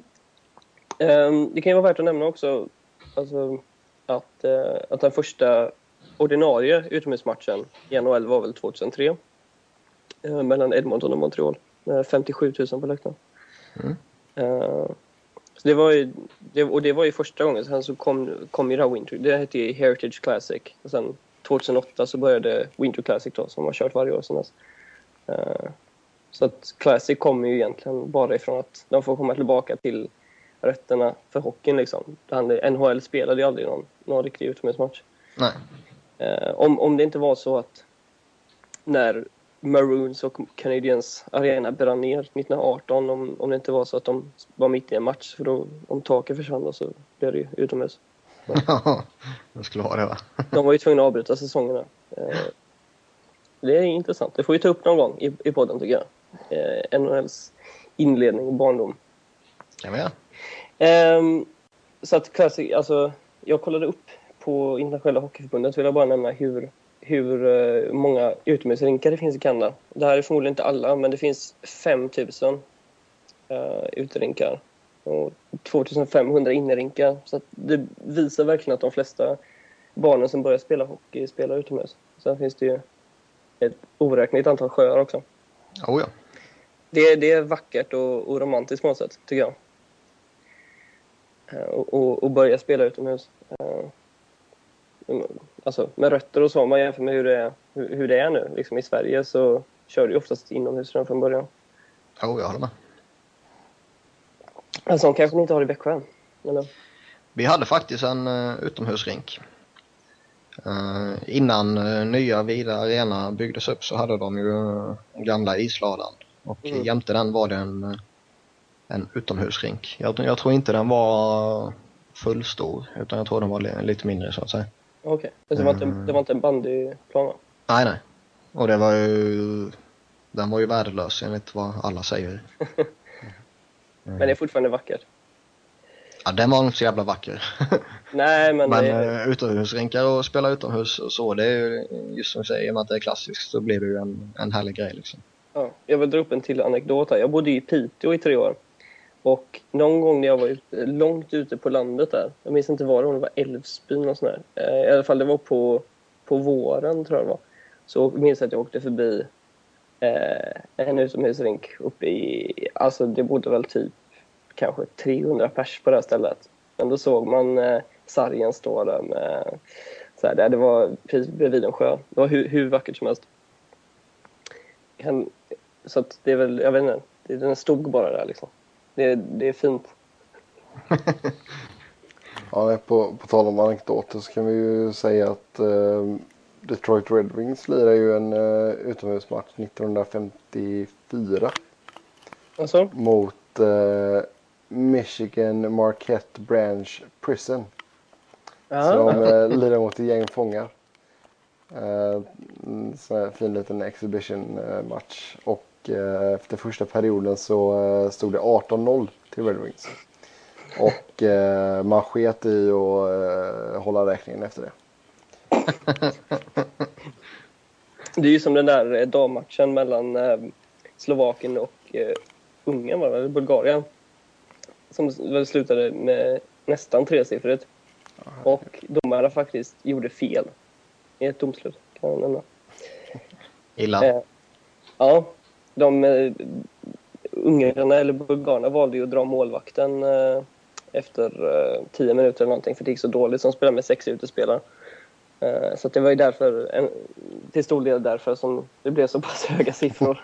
Um, det kan ju vara värt att nämna också alltså, att, uh, att den första ordinarie utomhusmatchen i N H L var väl tjugohundratre. Uh, mellan Edmonton och Montreal. Med femtiosju tusen på läktaren. Mm. Uh, Så det var ju, det, och det var ju första gången. Sen så kom, kom ju det här Winter. Det hette ju Heritage Classic. Och sen tjugohundraåtta så började Winter Classic då, som har kört varje år sedan dess. Uh, så att Classic kommer ju egentligen bara ifrån att de får komma tillbaka till rötterna för hockeyn liksom. N H L spelade ju aldrig någon, någon riktig utomhusmatch. Nej. Uh, om, om det inte var så att när Maroons och Canadiens arena brann ner nittonhundraarton, om, om det inte var så att de var mitt i en match, för då, om taket försvann då, så blev det ju utomhus. Ja, det skulle vara det, va? De var ju tvungna att avbryta säsongerna. Eh, det är intressant. Det får vi ta upp någon gång i, i podden tycker jag. Eh, N H L:s inledning och barndom. Kan vi göra? Um, så att Classic, alltså, jag kollade upp på Internationella Hockeyförbundet, så vill jag bara nämna hur, hur uh, många utomhusrinkar det finns i Kanada. Det här är förmodligen inte alla, men det finns fem tusen uh, uterinkar och tvåtusenfemhundra innerinkar. Så att det visar verkligen att de flesta barnen som börjar spela hockey spelar utomhus. Sen finns det ju ett oräkneligt antal sjöar också. Oh ja. Det, det är vackert och, och romantiskt på något sätt, tycker jag. Och, och, och börja spela utomhus. Alltså med rötter och så, om man jämför med hur det är, hur, hur det är nu. Liksom i Sverige så kör du oftast inomhus redan från början. Oh, jag håller med. En sån kanske ni inte har i Växjö, eller? Vi hade faktiskt en uh, utomhusrink. Uh, innan uh, nya Vida Arena byggdes upp så hade de ju uh, gamla isladan. Och mm. jämte den var det en, uh, en utomhusrink. Jag, jag tror inte den var fullstor, utan jag tror den var li- lite mindre så att säga. Okej, okay. Så det var inte, det var inte en bandyplan va? Nej, nej. Och det var ju... Den var ju värdelös enligt vad alla säger. Men det är fortfarande vackert. Ja, den var inte så jävla vacker. Nej, men... men det... utomhusrinkar och spela utomhus och så, det är ju just som du säger, i och med att det är klassiskt så blir det ju en, en härlig grej liksom. Ja, jag vill dra upp en till anekdot här. Jag bodde i Piteå i tre år. Och någon gång när jag var ute, långt ute på landet där, jag minns inte var det, det var Älvsbyn och sådär. I alla fall det var på, på våren tror jag det var. Så minns jag att jag åkte förbi eh, en utomhusrink uppe i, alltså det bodde väl typ kanske trehundra pers på det här stället. Men då såg man eh, sargen stå där med, så här, där, det var precis bredvid en sjö. Det var hur, hur vackert som helst. Så att det är väl, jag vet inte, det, den stod bara där liksom. Det, det är fint. Ja, på, på tal om anekdoter så kan vi ju säga att eh, Detroit Red Wings lirar ju en eh, utomhusmatch nittonhundrafemtiofyra. Alltså? Mot eh, Michigan Marquette Branch Prison. Aha. Så de eh, lirar mot ett gäng fångar. Eh, sån här fin liten exhibition eh, match. Och eh, efter första perioden så eh, stod det arton noll till Red Wings. Och eh, man sket i att eh, hålla räkningen efter det. Det är ju som den där dammatchen mellan eh, Slovakien och eh, Ungern, var det, eller Bulgarien. Som väl slutade med nästan tresiffrigt. Och domarna faktiskt gjorde fel i ett domslut, kan jag nämna. Illa. Eh, ja, de eh, ungrarna eller bulgarerna valde ju att dra målvakten eh, efter eh, tio minuter eller någonting, för det gick så dåligt, som spelar med sex utespelare. Eh, så att det var ju därför, en, till stor del därför som det blev så pass höga siffror.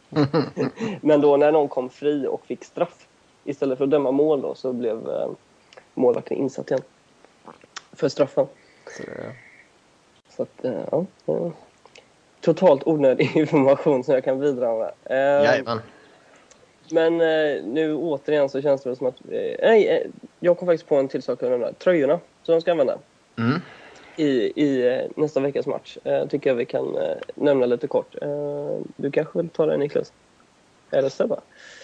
Men då när någon kom fri och fick straff, istället för att döma mål då, så blev eh, målvakten insatt igen för straffen. Så, det... så att, eh, ja. Eh, totalt onödig information som jag kan bidra med. Eh, Jajamän. Men eh, nu återigen så känns det väl som att... Eh, nej, eh, jag kom faktiskt på en till sak att nämna. Tröjorna som de ska använda Mm. i, i eh, nästa veckas match. Eh, tycker jag vi kan eh, nämna lite kort. Eh, du kanske vill ta det, Niklas? Eller Sebba?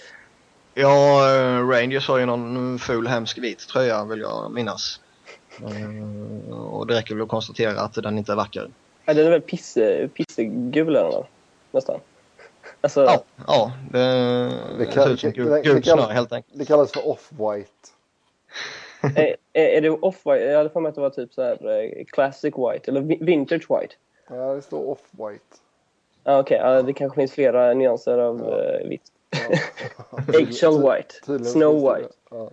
Ja, Rangers har ju någon ful hemsk vit tröja, vill jag minnas. Uh, och det räcker väl att konstatera att den inte är vacker. Ja, den är väl pisse, pissegul eller något, nästan. Alltså, ja, ja, det, det, kan, ser ut som gul, det, gul det, snö kallas, helt enkelt. det kallas för off-white. är, är det off-white? Jag hade för mig att det var typ så här classic white eller vintage white. Ja, det står off-white. Ah, Okej, okay. ah, det kanske finns flera nyanser av ja. uh, vitt. Ja. Eggshell white, snow white. Ja.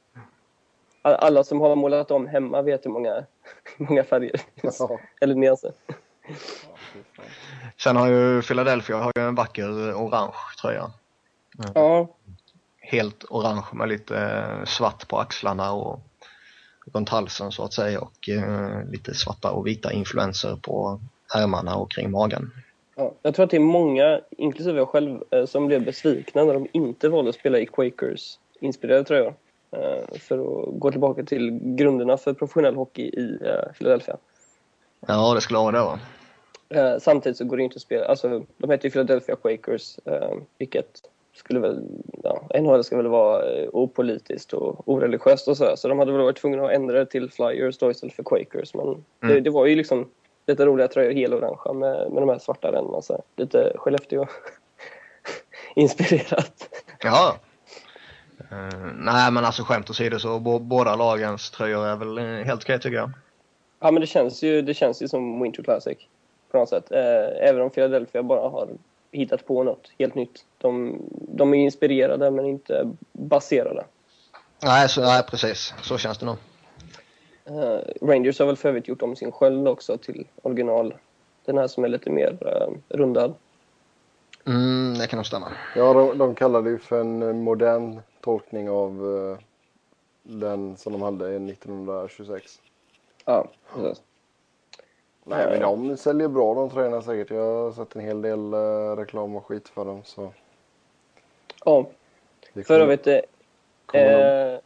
Alla som har målat om hemma vet hur många, många färger finns. Ja. Eller nyanser. Ja, sen har ju Philadelphia har ju en vacker orange tröja. Mm. Ja. Helt orange med lite svart på axlarna och runt halsen så att säga, och eh, lite svarta och vita influenser på ärmarna och kring magen. Ja, jag tror att det är många, inklusive jag själv, eh, som blev besvikna när de inte valde att spela i Quakers inspirerade tröjor. Eh, för att gå tillbaka till grunderna för professionell hockey i eh, Philadelphia. Ja, det skulle vara det va? Eh, samtidigt så går det inte att spela, alltså de heter ju Philadelphia Quakers, eh, vilket skulle väl, ja, N H L ska väl vara opolitiskt och oreligiöst och så. Så de hade väl varit tvungna att ändra det till Flyers då istället för Quakers. Men mm. det, det var ju liksom lite roliga tröjor, helorangea med, med de här svarta ränderna. Så lite Skellefteå inspirerat. Ja. Uh, nej, men alltså skämt åsido så b- båda lagens tröjor är väl helt okej tycker jag. Ja, men det känns ju, det känns ju som Winter Classic på något sätt. Uh, även om Philadelphia bara har hittat på något helt nytt. De, de är inspirerade men inte baserade. Nej, så, nej, precis. Så känns det nog. Uh, Rangers har väl för övrigt gjort om sin sköld också till original. Den här som är lite mer uh, rundad. Mm, det kan nog stämma. Ja, de, de kallar det ju för en modern tolkning av uh, den som de hade nittonhundratjugosex. Ja, precis. Nej, men de säljer bra de tröjorna säkert. Jag har sett en hel del uh, reklam och skit för dem. Så. Ja, för övrigt... Eh, eh,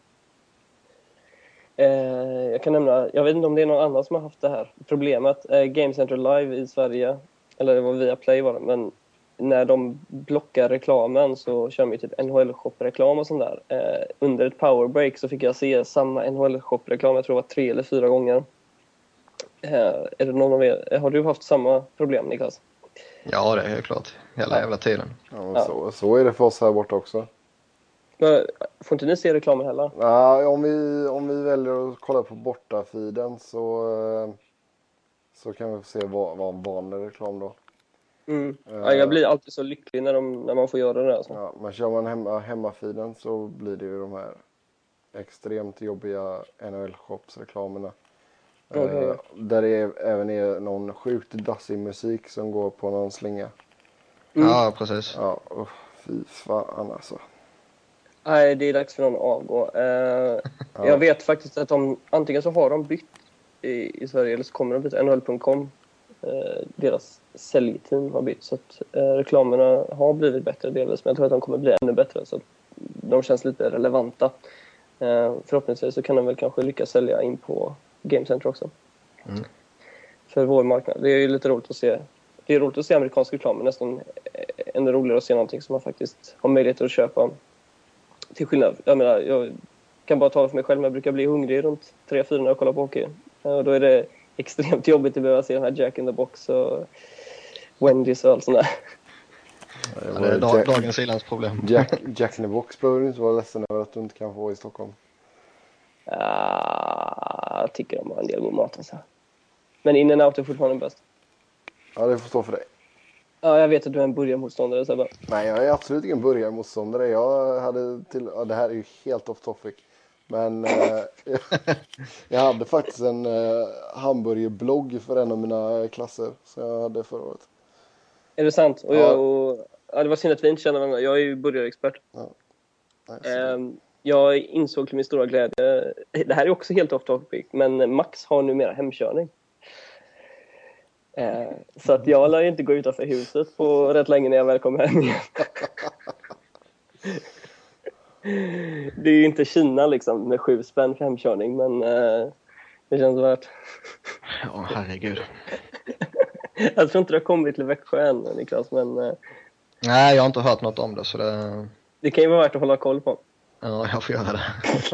eh, jag kan nämna... Jag vet inte om det är någon annan som har haft det här problemet. Eh, Game Center Live i Sverige, eller det var via Play var det, men när de blockar reklamen så kör de ju typ N H L-shop-reklam och sånt där. Eh, under ett powerbreak så fick jag se samma N H L-shop-reklam, jag tror det var tre eller fyra gånger. Eh, är det någon av er, har du haft samma problem, Niklas? Ja, det är helt klart. Hela ja. jävla tiden. Ja, ja. Så, så är det för oss här borta också. Men, får inte ni se reklamen heller? Ja, om vi, om vi väljer att kolla på bortafiden så, så kan vi se vad, vad en vanlig reklam då. Mm. Ja, jag blir alltid så lycklig när, de, när man får göra det. Alltså. Ja, men kör man hemma, hemmafiden så blir det ju de här extremt jobbiga N H L-shops-reklamerna. Okay. Uh, där det är, även är någon sjukt dassig musik som går på någon slinga. Mm. Ja, precis. Ja, uh, fy fan alltså. Nej, det är dags för någon att avgå. Uh, ja. Jag vet faktiskt att de, antingen så har de bytt i, i Sverige eller så kommer de byta. N H L punkt com. Uh, deras säljteam har bytt så att uh, reklamerna har blivit bättre delvis, men jag tror att de kommer bli ännu bättre så att de känns lite relevanta. Uh, förhoppningsvis så kan de väl kanske lyckas sälja in på Game Center också. Mm. För vår marknad. Det är ju lite roligt att se. Det är roligt att se amerikansk reklam, men nästan ännu roligare att se någonting som man faktiskt har möjlighet att köpa. Till skillnad, jag menar, jag kan bara tala för mig själv, men jag brukar bli hungrig runt tre fyra när jag kollar på hockey. Och då är det extremt jobbigt att behöva se den här Jack in the Box och Wendy's och allt sånt där. Ja, det är dag, dagens ilandsproblem. Jack, Jack in the Box behöver du inte vara ledsen över att du inte kan få i Stockholm. Uh, jag tycker de har en del god mat alltså. Men in and out är fortfarande bäst. Ja, det får stå för dig. Ja, jag vet att du är en burgarmotståndare så bara. Nej, jag är absolut ingen burgarmotståndare. Jag hade till, ja, det här är ju helt off topic. Men eh, jag hade faktiskt en eh, hamburgerblogg för en av mina klasser som jag hade förra året. Är det sant? Och ja. Jag, och, ja, det var synd att vi inte känner varandra. Jag är ju burgarexpert. Ja. Um, jag insåg till min stora glädje, det här är också helt off topic, men Max har numera hemkörning. Uh, så att jag lär ju inte gå utanför huset på rätt länge när jag väl kommer hem igen. Det är ju inte Kina liksom med sju spänn för hemkörning, men uh, det känns värt. Ja, oh, herregud. Jag tror inte det har kommit till Växjö än, Niklas, men... Uh, nej, jag har inte hört något om det, så det... Det kan ju vara värt att hålla koll på. Ja, jag får göra det.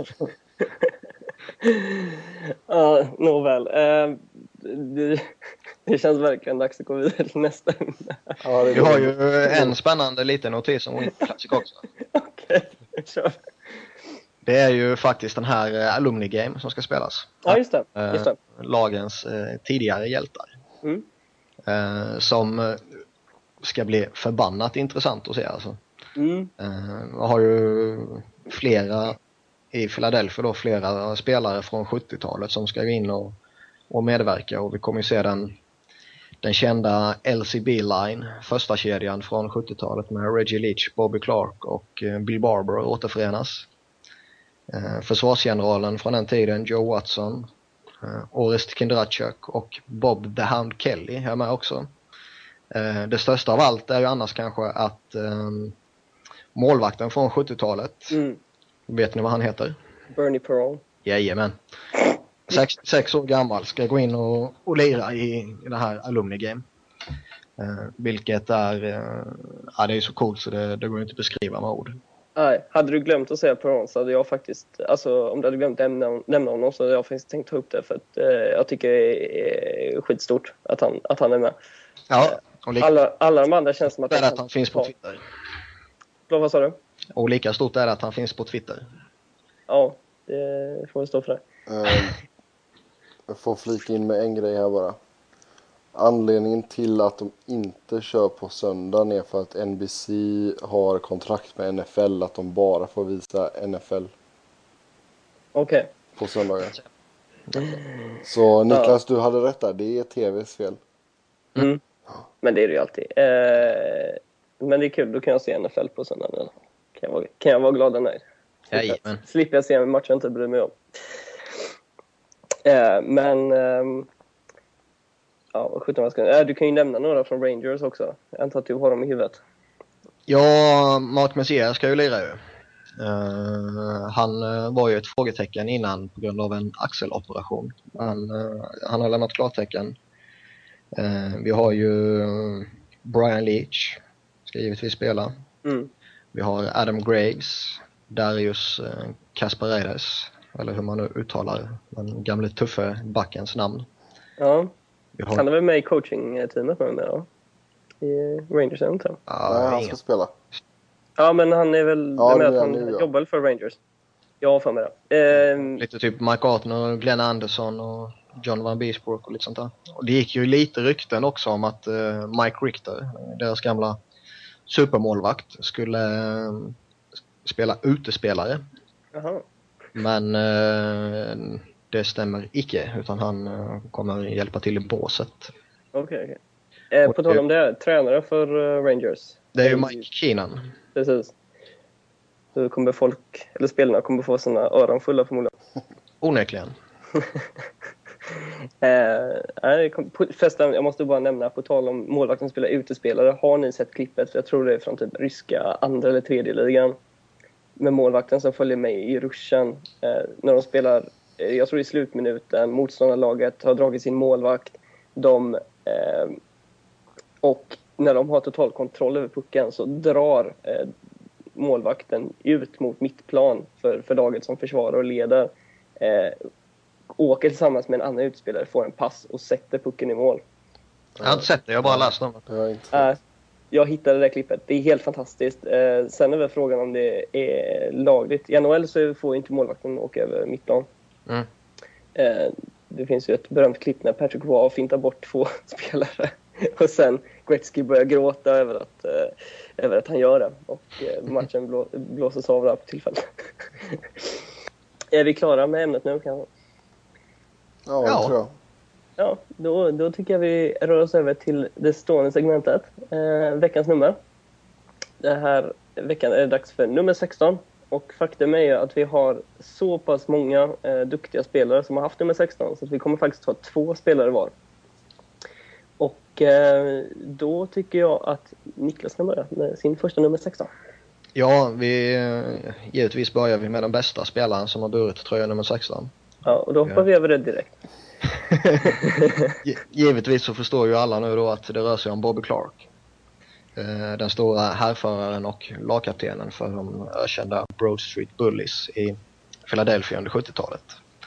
Ja, nåväl. Uh, det, det känns verkligen dags att gå vidare till nästa. Ja, vi har ju en spännande liten notis om Winter Classic också. Okej, kör. Det är ju faktiskt den här Alumni Game som ska spelas. Ja, just det. Just det. Uh, lagens uh, tidigare hjältar. Mm. Uh, som uh, ska bli förbannat intressant att se alltså. Mm. Uh, har ju flera i Philadelphia då, flera spelare från sjuttiotalet som ska gå in och, och medverka, och vi kommer ju se den, den kända L C B-line, första kedjan från sjuttiotalet med Reggie Leach, Bobby Clark och uh, Bill Barber återförenas. Uh, försvarsgeneralen från den tiden, Joe Watson, uh, Orest Kindrachuk och Bob the Hound Kelly är med också. Uh, det största av allt är ju annars kanske att um, målvakten från sjuttiotalet, mm. vet ni vad han heter? Bernie Perron. Jajamän. Sex, sex år gammal ska gå in och, och lira i, i det här Alumni Game. Uh, vilket är uh, ja, det är så coolt så det, det går inte att beskriva med ord. Nej, hade du glömt att säga Perron så hade jag faktiskt, alltså om du hade glömt nämna, nämna honom så hade jag faktiskt tänkt ta upp det för att eh, jag tycker det är skitstort att han, att han är med. Ja, och lika alla, alla de andra känns som att är han, att han finns på Twitter. Förlåt, vad sa du? Och lika stort är det att han finns på Twitter. Ja, det får vi stå för det. Uh, jag får flika in med en grej här bara. Anledningen till att de inte kör på söndagen är för att N B C har kontrakt med N F L att de bara får visa N F L. Okej. Okay. På söndagar. Så Niklas, ja. Du hade rätt där. Det är tvs fel. Mm. Men det är det ju alltid. Eh, men det är kul. Då kan jag se N F L på söndagen. Kan jag vara, kan jag vara glad och nöjd. Slipper, slipper jag se en match jag inte bryr mig om. Eh, men... Eh, ja, vad sjutton ska jag... äh, du kan ju nämna några från Rangers också. Jag antar att du har dem i huvudet. Ja, Mark Messier ska ju lira ju. Uh, han uh, var ju ett frågetecken innan på grund av en axeloperation. Han, uh, han har lämnat klartecken. Uh, vi har ju Brian Leach. Ska givetvis spela. Mm. Vi har Adam Graves. Darius uh, Kasparedes. Eller hur man nu uttalar den gamla tuffa backens namn. Ja. Har... Han är väl med i coaching-teamet med då? I Rangers, inte? Ja, Nej, han ska spela. Ja, men han är väl ja, med att han nu, ja. jobbar för Rangers. Jag har för mig det. Eh... Lite typ Mike Artner, Glenn Anderson och John Van Beesbrook och lite sånt där. Och det gick ju lite rykten också om att uh, Mike Richter, deras gamla supermålvakt, skulle uh, spela utespelare. Jaha. Men uh, det stämmer icke, utan han uh, kommer hjälpa till i båset. Okej, okay, okay. eh, På tal om det, tränare för uh, Rangers. Det är ju Mike Keenan. Precis. Så kommer folk, eller spelarna kommer få sina öron fulla förmodligen. Onekligen. eh, förresten, jag måste bara nämna, på tal om målvakten spelar utespelare. Har ni sett klippet? Jag tror det är från typ ryska andra eller tredje ligan. Med målvakten som följer med i ruschen. Eh, när de spelar, jag tror i slutminuten, motståndarlaget har dragit sin målvakt. De, eh, och när de har total kontroll över pucken så drar eh, målvakten ut mot mittplan för, för laget som försvarar och leder. Eh, åker tillsammans med en annan utspelare, får en pass och sätter pucken i mål. Jag har inte sett det, jag har bara läst om det. Eh, jag hittade det klippet. Det är helt fantastiskt. Eh, sen är väl frågan om det är lagligt. I N H L så får inte målvakten åka över mittplan. Mm. Eh, det finns ju ett berömt klipp när Patrick Roy fintar bort två spelare. Och sen Gretzky börjar gråta över att, eh, över att han gör det. Och eh, matchen blå, blåses av där på tillfället. Är vi klara med ämnet nu kanske? Ja, det ja. tror jag. Ja, då, då tycker jag vi rör oss över till det stående segmentet. Eh, veckans nummer. Den här veckan är det dags för nummer sexton. Och faktum är ju att vi har så pass många eh, duktiga spelare som har haft nummer sexton. Så att vi kommer faktiskt ha två spelare var. Och eh, då tycker jag att Niklas kan börja med sin första nummer sexton. Ja, vi, givetvis börjar vi med den bästa spelaren som har burit tröja nummer sexton. Ja, och då hoppar ja. vi över det direkt. Givetvis så förstår ju alla nu då att det rör sig om Bobby Clark. Den stora härföraren och lagkaptenen för de ökända Broad Street Bullies i Philadelphia under sjuttiotalet.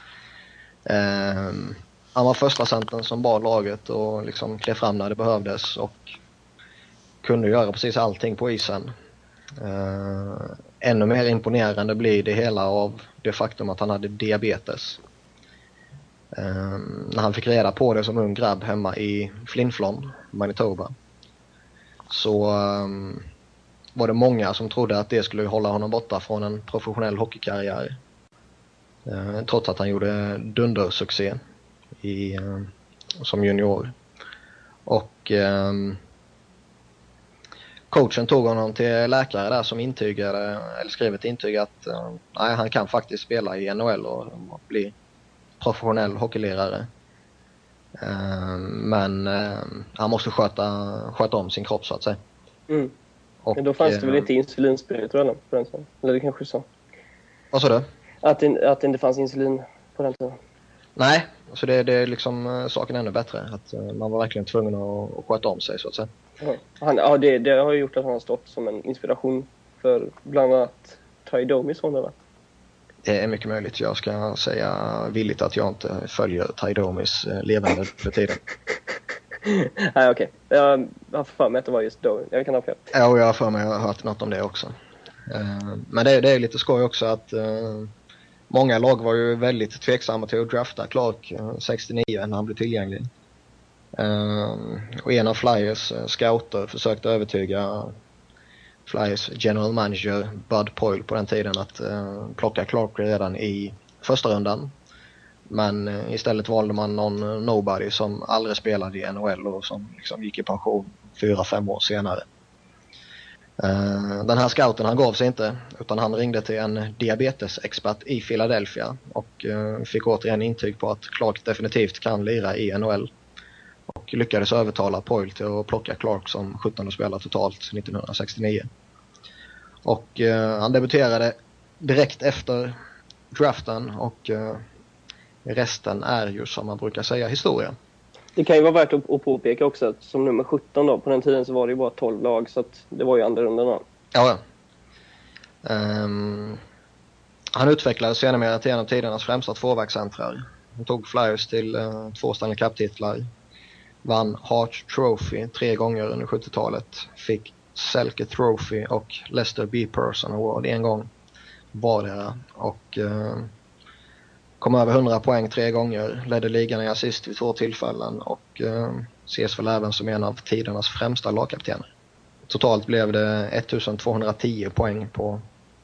Han var första centern som bar laget och liksom klev fram när det behövdes och kunde göra precis allting på isen. Ännu mer imponerande blir det hela av det faktum att han hade diabetes. Um, när han fick reda på det som ung grabb hemma i Flin Flon, Manitoba, så um, var det många som trodde att det skulle hålla honom borta från en professionell hockeykarriär. Uh, trots att han gjorde dundersuccé i, uh, som junior. Och um, coachen tog honom till läkare där som intygade, eller skrev ett intyg att uh, nej, han kan faktiskt spela i N H L och, och bli professionell hockeylirare. Uh, men uh, han måste sköta, sköta om sin kropp så att säga. Mm. Och, men då fanns det uh, väl inte insulinsprutor eller på den tiden? Eller det kanske så. Vad sa du? Att det, att det inte fanns insulin på den tiden. Nej, så det, det är liksom uh, saken ännu bättre. Att uh, man var verkligen tvungen att, att sköta om sig så att säga. Ja, han, ja det, det har gjort att han har stått som en inspiration för bland annat Ty Domi sådana, va? Det är mycket möjligt. Jag ska säga villigt att jag inte följer Ty Domis levande för tiden. Nej, okej. Okay. Jag har för mig att det var just Domi. Jag kan ha fel. Ja, och jag har för mig att jag har hört något om det också. Men det är, det är lite skoj också att många lag var ju väldigt tveksamma till att drafta Clark sextionio när han blev tillgänglig. Och en av Flyers scouter försökte övertyga Flyers general manager Bud Poyle på den tiden att plocka Clark redan i första rundan. Men istället valde man någon nobody som aldrig spelade i N H L och som liksom gick i pension fyra, fem år senare. Den här scouten, han gav sig inte, utan han ringde till en diabetesexpert i Philadelphia och fick återigen intyg på att Clark definitivt kan lira i N H L. Och lyckades övertala Poyle till att plocka Clark som sjuttonde spelare totalt nittonhundrasextionio. Och eh, han debuterade direkt efter draften och eh, resten är ju, som man brukar säga, historia. Det kan ju vara värt att, att påpeka också att som nummer sjutton då, på den tiden så var det ju bara tolv lag, så att det var ju andra rundan då. Ja, ja. Um, han utvecklades senare till en av tidernas främsta tvåvägscentrar. Han tog Flyers till uh, två Stanley Cup-titlar. Vann Hart Trophy tre gånger under sjuttiotalet. Fick Selke Trophy och Lester B. Person Award en gång vardera. Och uh, kom över hundra poäng tre gånger. Ledde ligan i assist vid två tillfällen. Och uh, ses väl även som en av tidernas främsta lagkaptener. Totalt blev det ettusentvåhundratio poäng på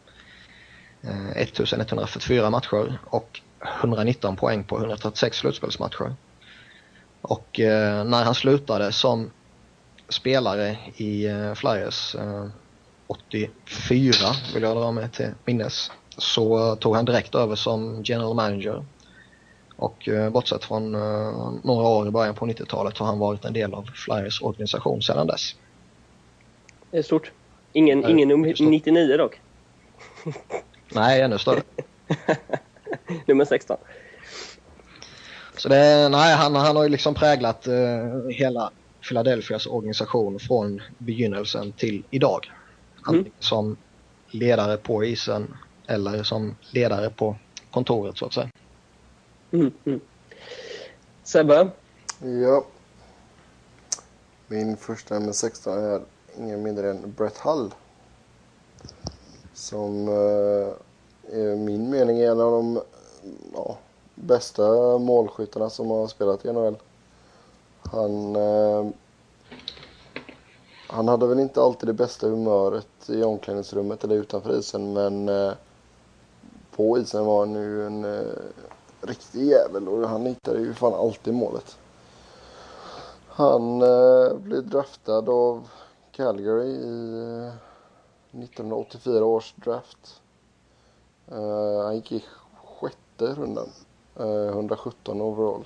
uh, ettusenetthundrafyrtiofyra matcher. Och etthundranitton poäng på etthundratrettiosex slutspelsmatcher. Och eh, när han slutade som spelare i eh, Flyers eh, åttiofyra, vill jag dra mig till minnes, så tog han direkt över som general manager. Och eh, bortsett från eh, några år i början på nittiotalet har han varit en del av Flyers organisation sedan dess. Det är stort. Ingen, Nej, ingen nummer nittionio dock. Nej, ännu större. Nummer sexton. Så det, nej, han, han har ju liksom präglat uh, hela Philadelphias organisation från begynnelsen till idag. Mm. Som ledare på isen eller som ledare på kontoret så att säga. Mm, mm. Sebbe? Ja. Min första med sexton är ingen mindre än Brett Hull. Som uh, är min mening är en av de ja, bästa målskyttarna som har spelat i N H L. Han, uh, han hade väl inte alltid det bästa humöret i omklädningsrummet eller utanför isen, men uh, på isen var han ju en uh, riktig jävel och han hittade ju fan alltid målet. Han uh, blev draftad av Calgary i uh, nittonhundraåttiofyra års draft. Uh, han gick i sjätte rundan. Uh, hundrasjutton overall.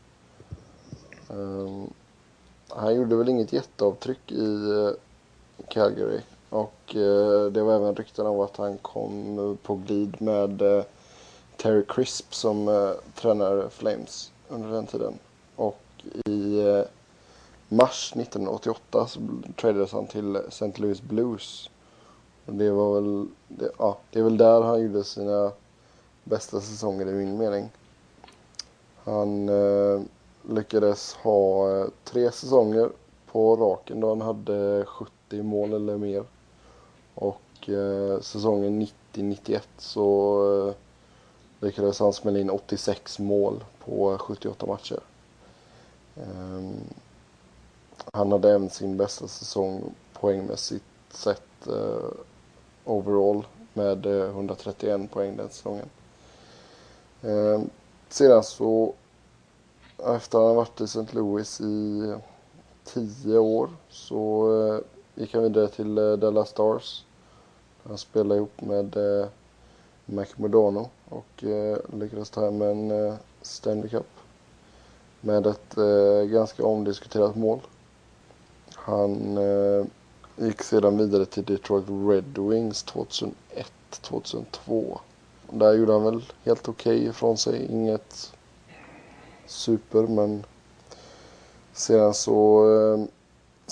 Um, han gjorde väl inget jätteavtryck i uh, Calgary. Och uh, det var även rykten om att han kom uh, på glid med uh, Terry Crisp som uh, tränare Flames under den tiden. Och i uh, mars nittonhundraåttioåtta så tradades han till Saint Louis Blues. Och det var väl det, ja, det är väl där han gjorde sina bästa säsonger i min mening. Han eh, lyckades ha eh, tre säsonger på raken då han hade sjuttio mål eller mer. Och eh, säsongen nittio nittioett så eh, lyckades han smälla in åttiosex mål på sjuttioåtta matcher. Eh, han hade även sin bästa säsong poängmässigt sett eh, overall med eh, etthundratrettioen poäng den säsongen. Eh, sedan så efter att han varit i Saint Louis i tio år så eh, gick han vidare till eh, Dallas Stars. Han spelade ihop med eh, Mac Modano och eh, lyckades ta hem en eh, Stanley Cup med ett eh, ganska omdiskuterat mål. Han eh, gick sedan vidare till Detroit Red Wings tjugohundraett tjugohundratvå. Där gjorde han väl helt okej okay ifrån sig. Inget super, men sedan så eh,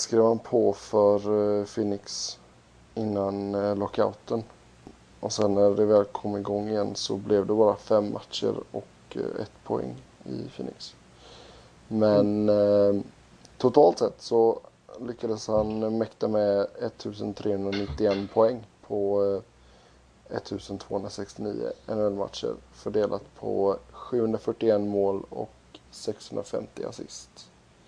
skrev han på för uh, Phoenix innan uh, lockouten. Och sen när det väl kom igång igen så blev det bara fem matcher och uh, ett poäng i Phoenix. Men mm. uh, totalt sett så lyckades han mäkta med ettusentrehundranittioen poäng på uh, ettusentvåhundrasextionio N H L-matcher fördelat på sjuhundrafyrtioen mål och sexhundrafemtio assist.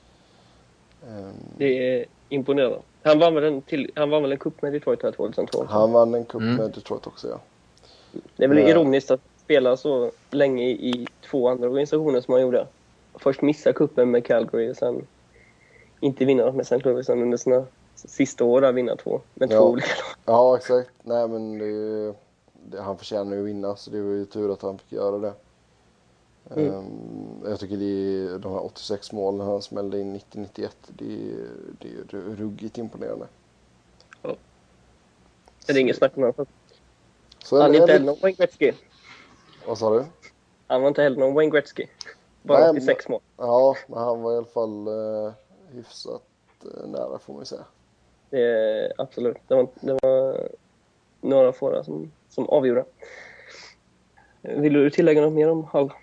Um, det är imponerande. Han vann väl en, till, han vann väl en cup med Detroit här tjugohundratvå? Han vann en cup mm. med Detroit också, ja. Det är väl Men, ironiskt att spela så länge i två andra organisationer som han gjorde. Först missa cupen med Calgary och sen inte vinna med Saint Louis under sina sista år där vinna två. Men ja. två olika lag. Ja, exakt. Nej, men det, det, han förtjänar ju att vinna, så det var ju tur att han fick göra det. Mm. Um, jag tycker det är, de här åttiosex målen han smällde in nittio nittioett, det är, det är ruggigt imponerande. Ja. Det är inget snack om honom. Så han är inte heller någon Wayne Gretzky. Vad sa du? Han var inte heller någon Wayne Gretzky. Bara Nej, åttiosex mål. Ja, men han var i alla fall uh, hyfsat uh, nära, får man säga. Det är absolut. Det var, det var några få som, som avgjorde. Vill du tillägga något mer om Hall?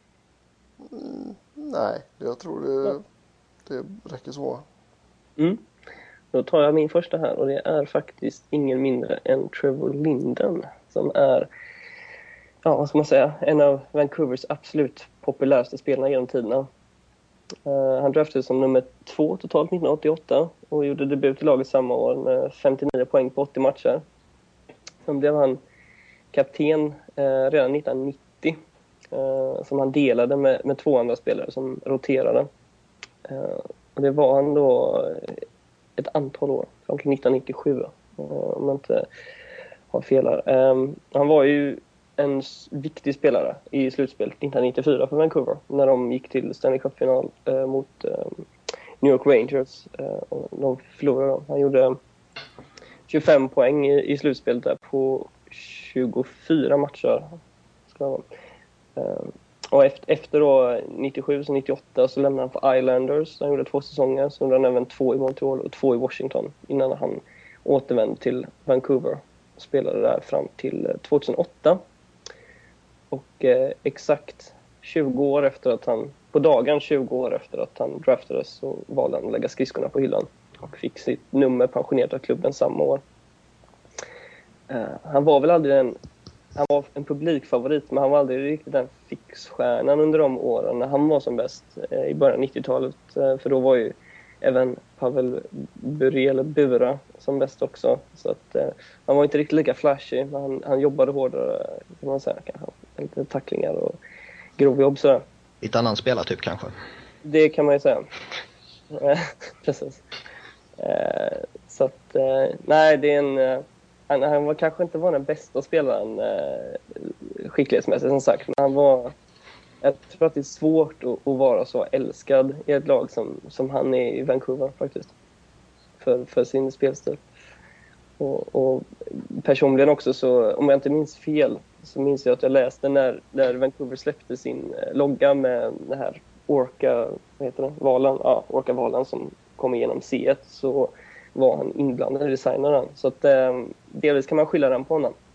Mm, nej, jag tror det, ja. det räcker så. Mm. Då tar jag min första här, och det är faktiskt ingen mindre än Trevor Linden, som är, ja, vad ska man säga, en av Vancouvers absolut populäraste spelarna genom tiderna. Uh, han draftades som nummer två totalt nittonhundraåttioåtta och gjorde debut i laget samma år med femtionio poäng på åttio matcher. Sen blev han kapten uh, redan nittonhundranittio. Uh, som han delade med, med två andra spelare som roterade. Uh, och det var han då ett antal år, fram till nittonhundranittiosju, uh, om jag inte har fel här. Um, han var ju en viktig spelare i slutspelet nittonhundranittiofyra för Vancouver, när de gick till Stanley Cup-final uh, mot uh, New York Rangers. Uh, och de förlorade. Han gjorde tjugofem poäng i, i slutspelet där på tjugofyra matcher. Ska Uh, och efter, efter då nittiosju och nittioåtta så lämnade han för Islanders. Han gjorde två säsonger, så gjorde han även två i Montreal och två i Washington innan han återvände till Vancouver och spelade där fram till tjugohundraåtta. Och eh, exakt tjugo år efter att han, på dagen tjugo år efter att han draftades, så valde han att lägga skridskorna på hyllan och fick sitt nummer pensionerat av klubben samma år. Uh, han var väl aldrig en Han var en publikfavorit, men han var aldrig riktigt den fixstjärnan under de åren när han var som bäst eh, i början av nittiotalet. Eh, för då var ju även Pavel Bure eller Bura som bäst också. Så att, eh, han var inte riktigt lika flashy, men han, han jobbade hårdare, kan man säga. Kanske. Lite tacklingar och grov jobb sådär. Ett annan spelartyp kanske? Det kan man ju säga. Precis. Eh, så att, eh, nej, det är en... Han, han var kanske inte var den bästa spelaren eh, skicklighetsmässigt, som sagt. Men han var, jag tror att det är svårt att, att vara så älskad i ett lag som, som han är i Vancouver faktiskt. För, för sin spelstil. Och, och personligen också, så om jag inte minns fel, så minns jag att jag läste när, när Vancouver släppte sin logga med den här Orca, vad heter det? Valen, ja, Orca-valen som kom igenom C ett, så var han inblandad i designaren. Så att eh, delvis kan man skylla den på honom.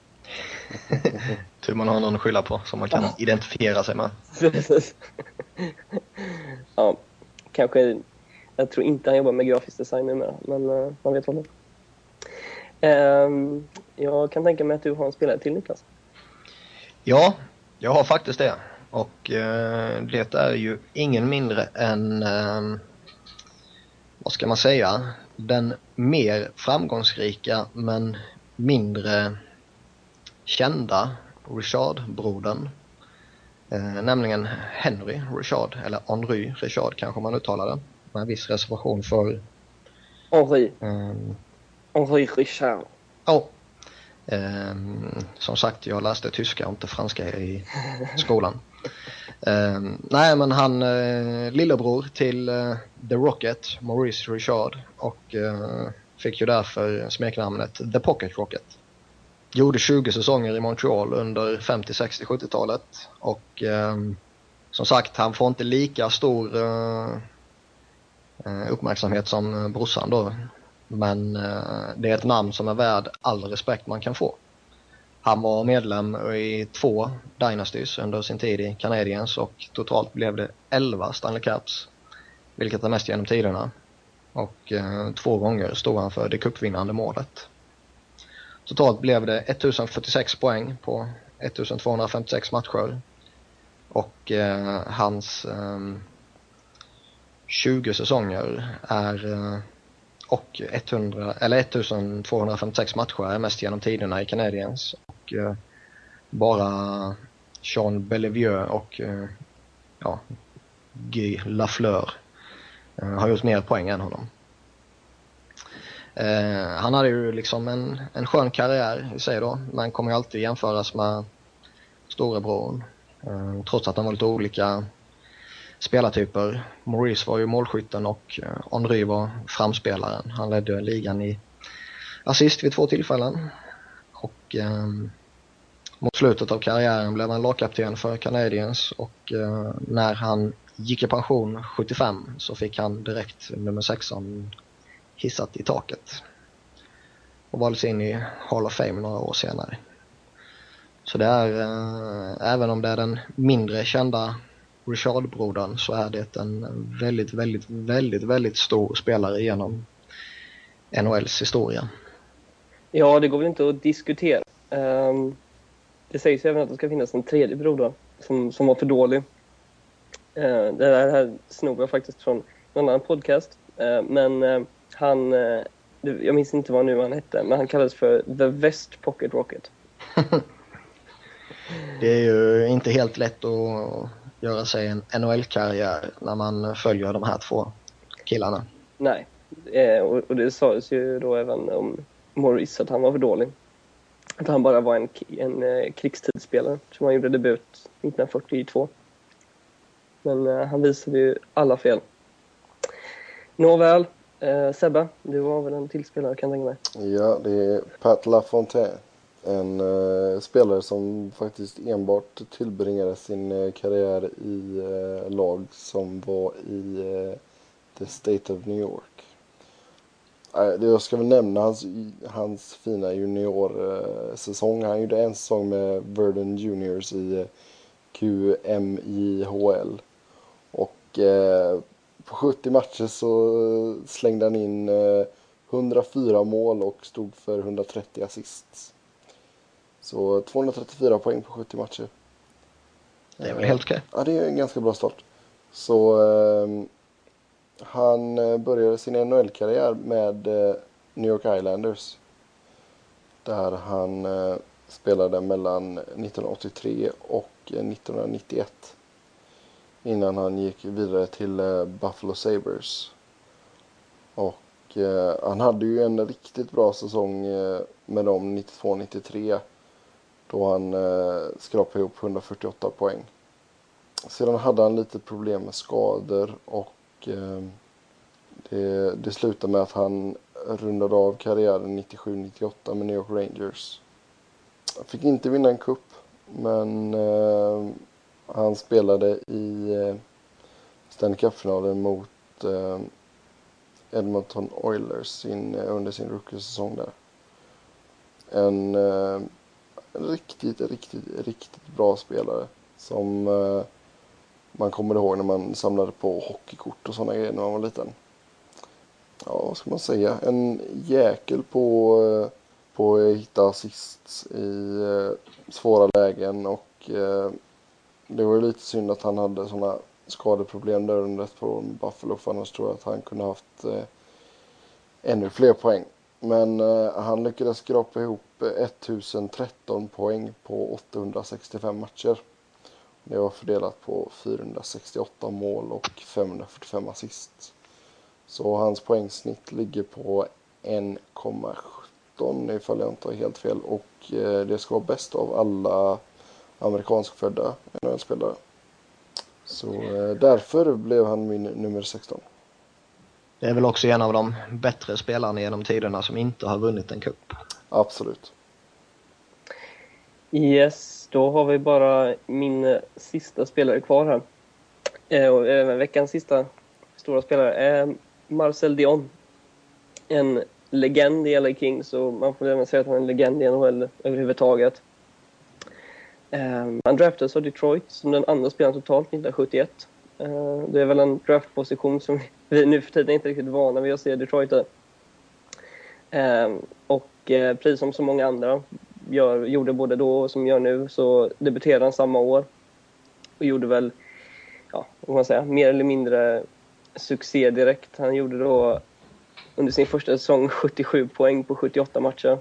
Tur man har någon att skylla på som man kan ja. identifiera sig med. Precis. Ja, kanske. Jag tror inte han jobbar med grafisk design numera, men uh, man vet vad det är. Um, jag kan tänka mig att du har en spelare till, Niklas. Ja, jag har faktiskt det. Och uh, det är ju ingen mindre än... Uh, vad ska man säga, den mer framgångsrika men mindre kända Richard-brodern, eh, nämligen Henry Richard, eller Henry Richard kanske man uttalar det, med en viss reservation för Henry eh, Henry Richard. Oh. Eh, som sagt, jag läste tyska och inte franska i skolan. Uh, nej, men han uh, lillebror till uh, The Rocket, Maurice Richard, och uh, fick ju därför smeknamnet The Pocket Rocket. Gjorde tjugo säsonger i Montreal under femtio, sextio, sjuttiotalet, och uh, som sagt, han får inte lika stor uh, eh, uppmärksamhet som brorsan då. Men eh, det är ett namn som är värd all respekt man kan få. Han var medlem i två Dynasties under sin tid i Canadiens och totalt blev det elva Stanley Cups, vilket är mest genom tiderna. Och eh, två gånger stod han för det cupvinnande målet. Totalt blev det ettusen fyrtiosex poäng på ettusen tvåhundrafemtiosex matcher. Och eh, hans eh, tjugo säsonger är eh, och hundra, eller ettusen tvåhundrafemtiosex matcher är mest genom tiderna i Canadiens. Och eh, bara Jean Belivieux och eh, ja, Guy Lafleur eh, har gjort mer poäng än honom. Eh, han hade ju liksom en, en skön karriär i sig då, men kommer ju alltid jämföras med storebror. Eh, trots att han var lite olika spelartyper. Maurice var ju målskytten och eh, Henry var framspelaren. Han ledde ligan i assist vid två tillfällen. Och eh, mot slutet av karriären blev han lagkapten för Canadiens. Och eh, när han gick i pension sjuttiofem så fick han direkt nummer sexton hissat i taket. Och valdes in i Hall of Fame några år senare. Så det är, eh, även om det är den mindre kända Richard-brodern, så är det en väldigt, väldigt, väldigt, väldigt stor spelare genom N H L:s historia. Ja, det går väl inte att diskutera. Um, det sägs även att det ska finnas en tredje broder som, som var för dålig. Uh, det där här snor jag faktiskt från en annan podcast. Uh, men uh, han, uh, jag minns inte vad nu han hette, men han kallades för The West Pocket Rocket. Det är ju inte helt lätt att göra sig en N H L-karriär när man följer de här två killarna. Nej, eh, och, och det sades ju då även om Maurice att han var för dålig. Att han bara var en, en eh, krigstidsspelare som han gjorde debut nittonhundrafyrtiotvå. Men eh, han visade ju alla fel. Nåväl, eh, Sebbe, du var väl en tillspelare, kan jag tänka mig. Ja, det är Pat LaFontaine. En uh, spelare som faktiskt enbart tillbringade sin uh, karriär i uh, lag som var i uh, the State of New York. Uh, jag ska väl nämna hans, hans fina juniorsäsong. Uh, Han gjorde en säsong med Verdun Juniors i uh, Q M I H L. Och uh, på sjuttio matcher så slängde han in uh, hundrafyra mål och stod för hundratrettio assists. Så tvåhundratrettiofyra poäng på sjuttio matcher. Det är väl helt okej. Ja, det är en ganska bra start. Så eh, han började sin N H L-karriär med eh, New York Islanders. Där han eh, spelade mellan nittonhundraåttiotre och eh, nittonhundranittioett. Innan han gick vidare till eh, Buffalo Sabres. Och eh, han hade ju en riktigt bra säsong eh, med dem nittiotvå nittiotre. Då han eh, skrapade ihop hundrafyrtioåtta poäng. Sedan hade han lite problem med skador och eh, det, det slutade med att han rundade av karriären nittiosju nittioåtta med New York Rangers. Han fick inte vinna en cup, men eh, han spelade i eh, Stanley Cup-finalen mot eh, Edmonton Oilers sin, under sin rookie-säsong där. En eh, riktigt, riktigt, riktigt bra spelare som eh, man kommer ihåg när man samlade på hockeykort och sådana grejer när man var liten. Ja, vad ska man säga? En jäkel på, eh, på att hitta assists i eh, svåra lägen och eh, det var ju lite synd att han hade sådana skadeproblem där under ett par år med Buffalo, för annars tror jag att han kunde haft eh, ännu fler poäng. Men eh, han lyckades skrapa ihop ettusentretton poäng på åttahundrasextiofem matcher. Det var fördelat på fyrahundrasextioåtta mål och femhundrafyrtiofem assist. Så hans poängsnitt ligger på en komma sjutton ifall jag inte har helt fel. Och eh, det ska vara bäst av alla amerikanskfödda N H L-spelare. Så eh, därför blev han min nummer sexton. Det är väl också en av de bättre spelarna genom tiderna som inte har vunnit en cup. Absolut. Yes, då har vi bara min sista spelare kvar här. Eh, och även veckans sista stora spelare. Eh, Marcel Dion. En legend i L A Kings, och man får även säga att han är en legend i N H L överhuvudtaget. Um, han draftades av Detroit som den andra spelaren totalt nittonhundrasjuttioett. Uh, det är väl en draftposition som vi nu för tiden inte är riktigt vana vid att se Detroit där. Um, och uh, precis som så många andra gör, gjorde både då och som gör nu, så debuterade han samma år. Och gjorde väl, ja, vad man säga, mer eller mindre succé direkt. Han gjorde då under sin första säsong sjuttiosju poäng på sjuttioåtta matcher.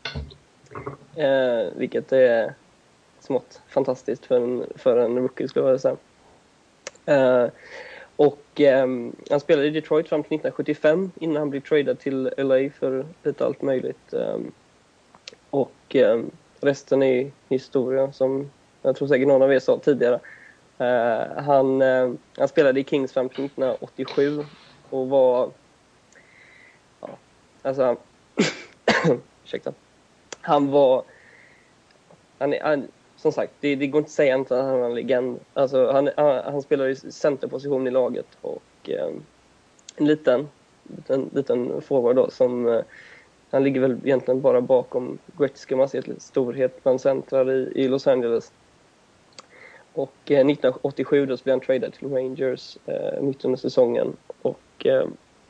Uh, vilket är smått fantastiskt för en, för en rookie, skulle jag säga. Uh, och um, han spelade i Detroit fram till nittonhundrasjuttiofem innan han blev tradad till L A för lite allt möjligt. Um, och um, resten är historia, som jag tror säkert någon av er sa tidigare. Uh, han, uh, han spelade i Kings fram till nittonhundraåttiosju och var... Ja, alltså... ursäkta. Han var... Han, han, som sagt, det, det går inte att säga att han är en legend. Alltså, han, han, han spelar i centerposition i laget, och eh, en liten, liten, liten forward då, som eh, han ligger väl egentligen bara bakom Gretzky, man ser ett storhet bland centrar i, i Los Angeles. Och eh, nittonhundraåttiosju då blev han tradad till Rangers eh, mitt under säsongen, och eh,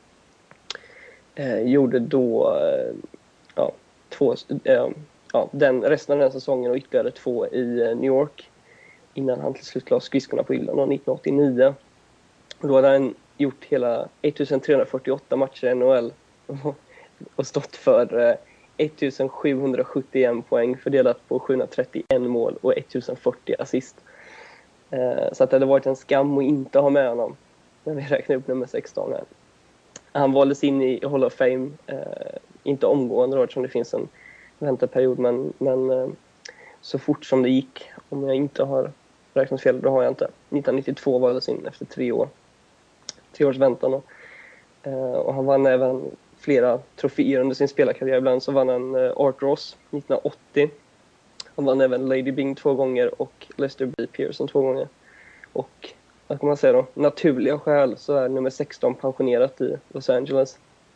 eh, gjorde då eh, ja, två... Eh, Ja, den, resten av den säsongen och ytterligare två i New York innan han till slut la skridskorna på hyllan nittonhundraåttionio. Och då hade han gjort hela ettusentrehundrafyrtioåtta matcher i N H L och stått för ettusensjuhundrasjuttioen poäng fördelat på sjuhundratrettioen mål och ettusenfyrtio assist. Så att det hade varit en skam att inte ha med honom när vi räknar upp nummer sexton här. Han valdes in i Hall of Fame, inte omgående då, eftersom det finns en väntarperiod, men, men så fort som det gick, om jag inte har räknat fel, då har jag inte. nittonhundranittiotvå valdes in efter tre år. Tre års väntan då. Och han vann även flera troféer under sin spelarkarriär. Ibland så vann han Art Ross nittonhundraåttio. Han vann även Lady Byng två gånger och Lester B. Pearson två gånger. Och vad kan man säga då? Naturliga skäl så är nummer sexton pensionerat i Los Angeles.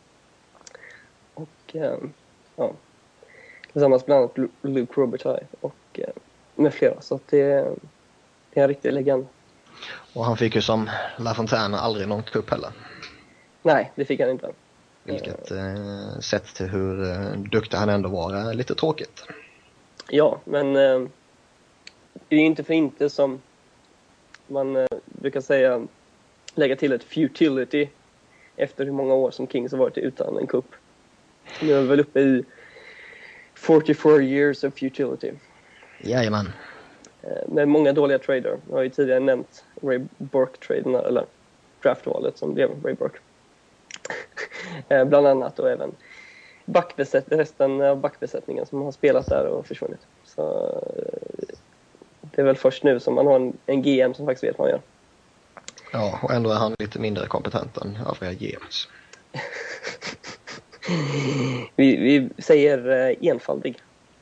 Och ja, tillsammans bland annat Luke Robitaille och med flera. Så att det, det är en riktig legend. Och han fick ju som LaFontaine aldrig någon cup heller. Nej, det fick han inte. Vilket eh, sett till hur eh, duktig han ändå var är lite tråkigt. Ja, men eh, det är inte för inte som man eh, brukar säga lägga till ett futility efter hur många år som Kings har varit utan en cup. Nu är vi väl uppe i fyrtiofyra years of futility. Jajamän. Med många dåliga trader. Jag har ju tidigare nämnt Ray Burke-traden, eller draftvalet som blev Ray Burke. Bland annat, och även backbesätt, resten av backbesättningen som har spelat där och försvunnit. Så det är väl först nu som man har en, en G M som faktiskt vet vad han gör. Ja, och ändå är han lite mindre kompetent än övriga G Ms. vi, vi säger uh, enfaldig.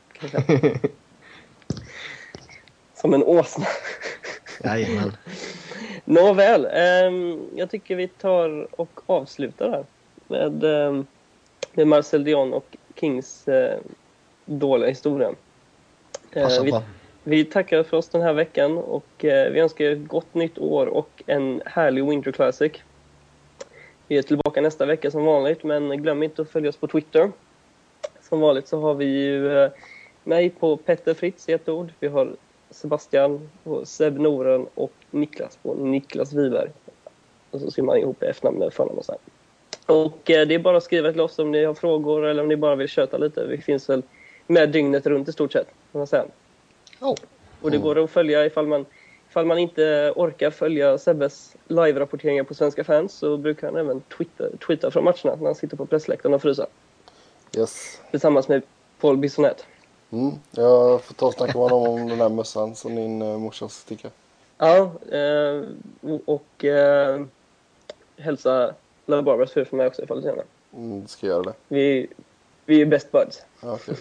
Som en åsna. Jajamän. Nåväl, um, jag tycker vi tar och avslutar här med, um, med Marcel Dion och Kings uh, dåliga historia. Uh, vi, vi tackar för oss den här veckan och uh, vi önskar ett gott nytt år och en härlig Winter Classic. Vi är tillbaka nästa vecka som vanligt, men glöm inte att följa oss på Twitter. Som vanligt så har vi ju uh, mig på Petter Fritz i ett ord. Vi har Sebastian på Seb Noren och Niklas på Niklas Wiberg. Och så skriver man ihop efternamn med förnamn och så här. Och eh, det är bara att skriva till oss om ni har frågor eller om ni bara vill köta lite. Vi finns väl med dygnet runt i stort sett, kan man säga. Oh. Och det går att följa ifall man, ifall man inte orkar följa Sebbes live-rapporteringar på Svenska Fans, så brukar han även twittra, twittra från matcherna när han sitter på pressläktaren och fryser. Yes. Tillsammans med Paul Bissonette. Mm. Jag får ta och snacka med honom om den där mössan som din uh, morsa stickar. Ja, eh, och eh, hälsa Love Barbers för, för mig också ifall du känner. Mm, ska göra det. Vi, vi är best buds. Ja, okay.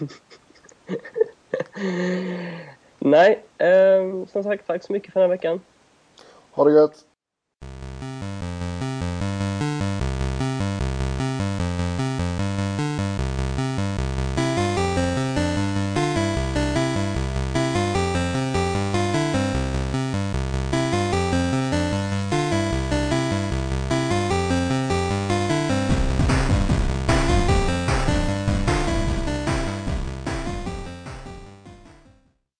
Nej, eh, som sagt, tack så mycket för den här veckan. Ha det gött!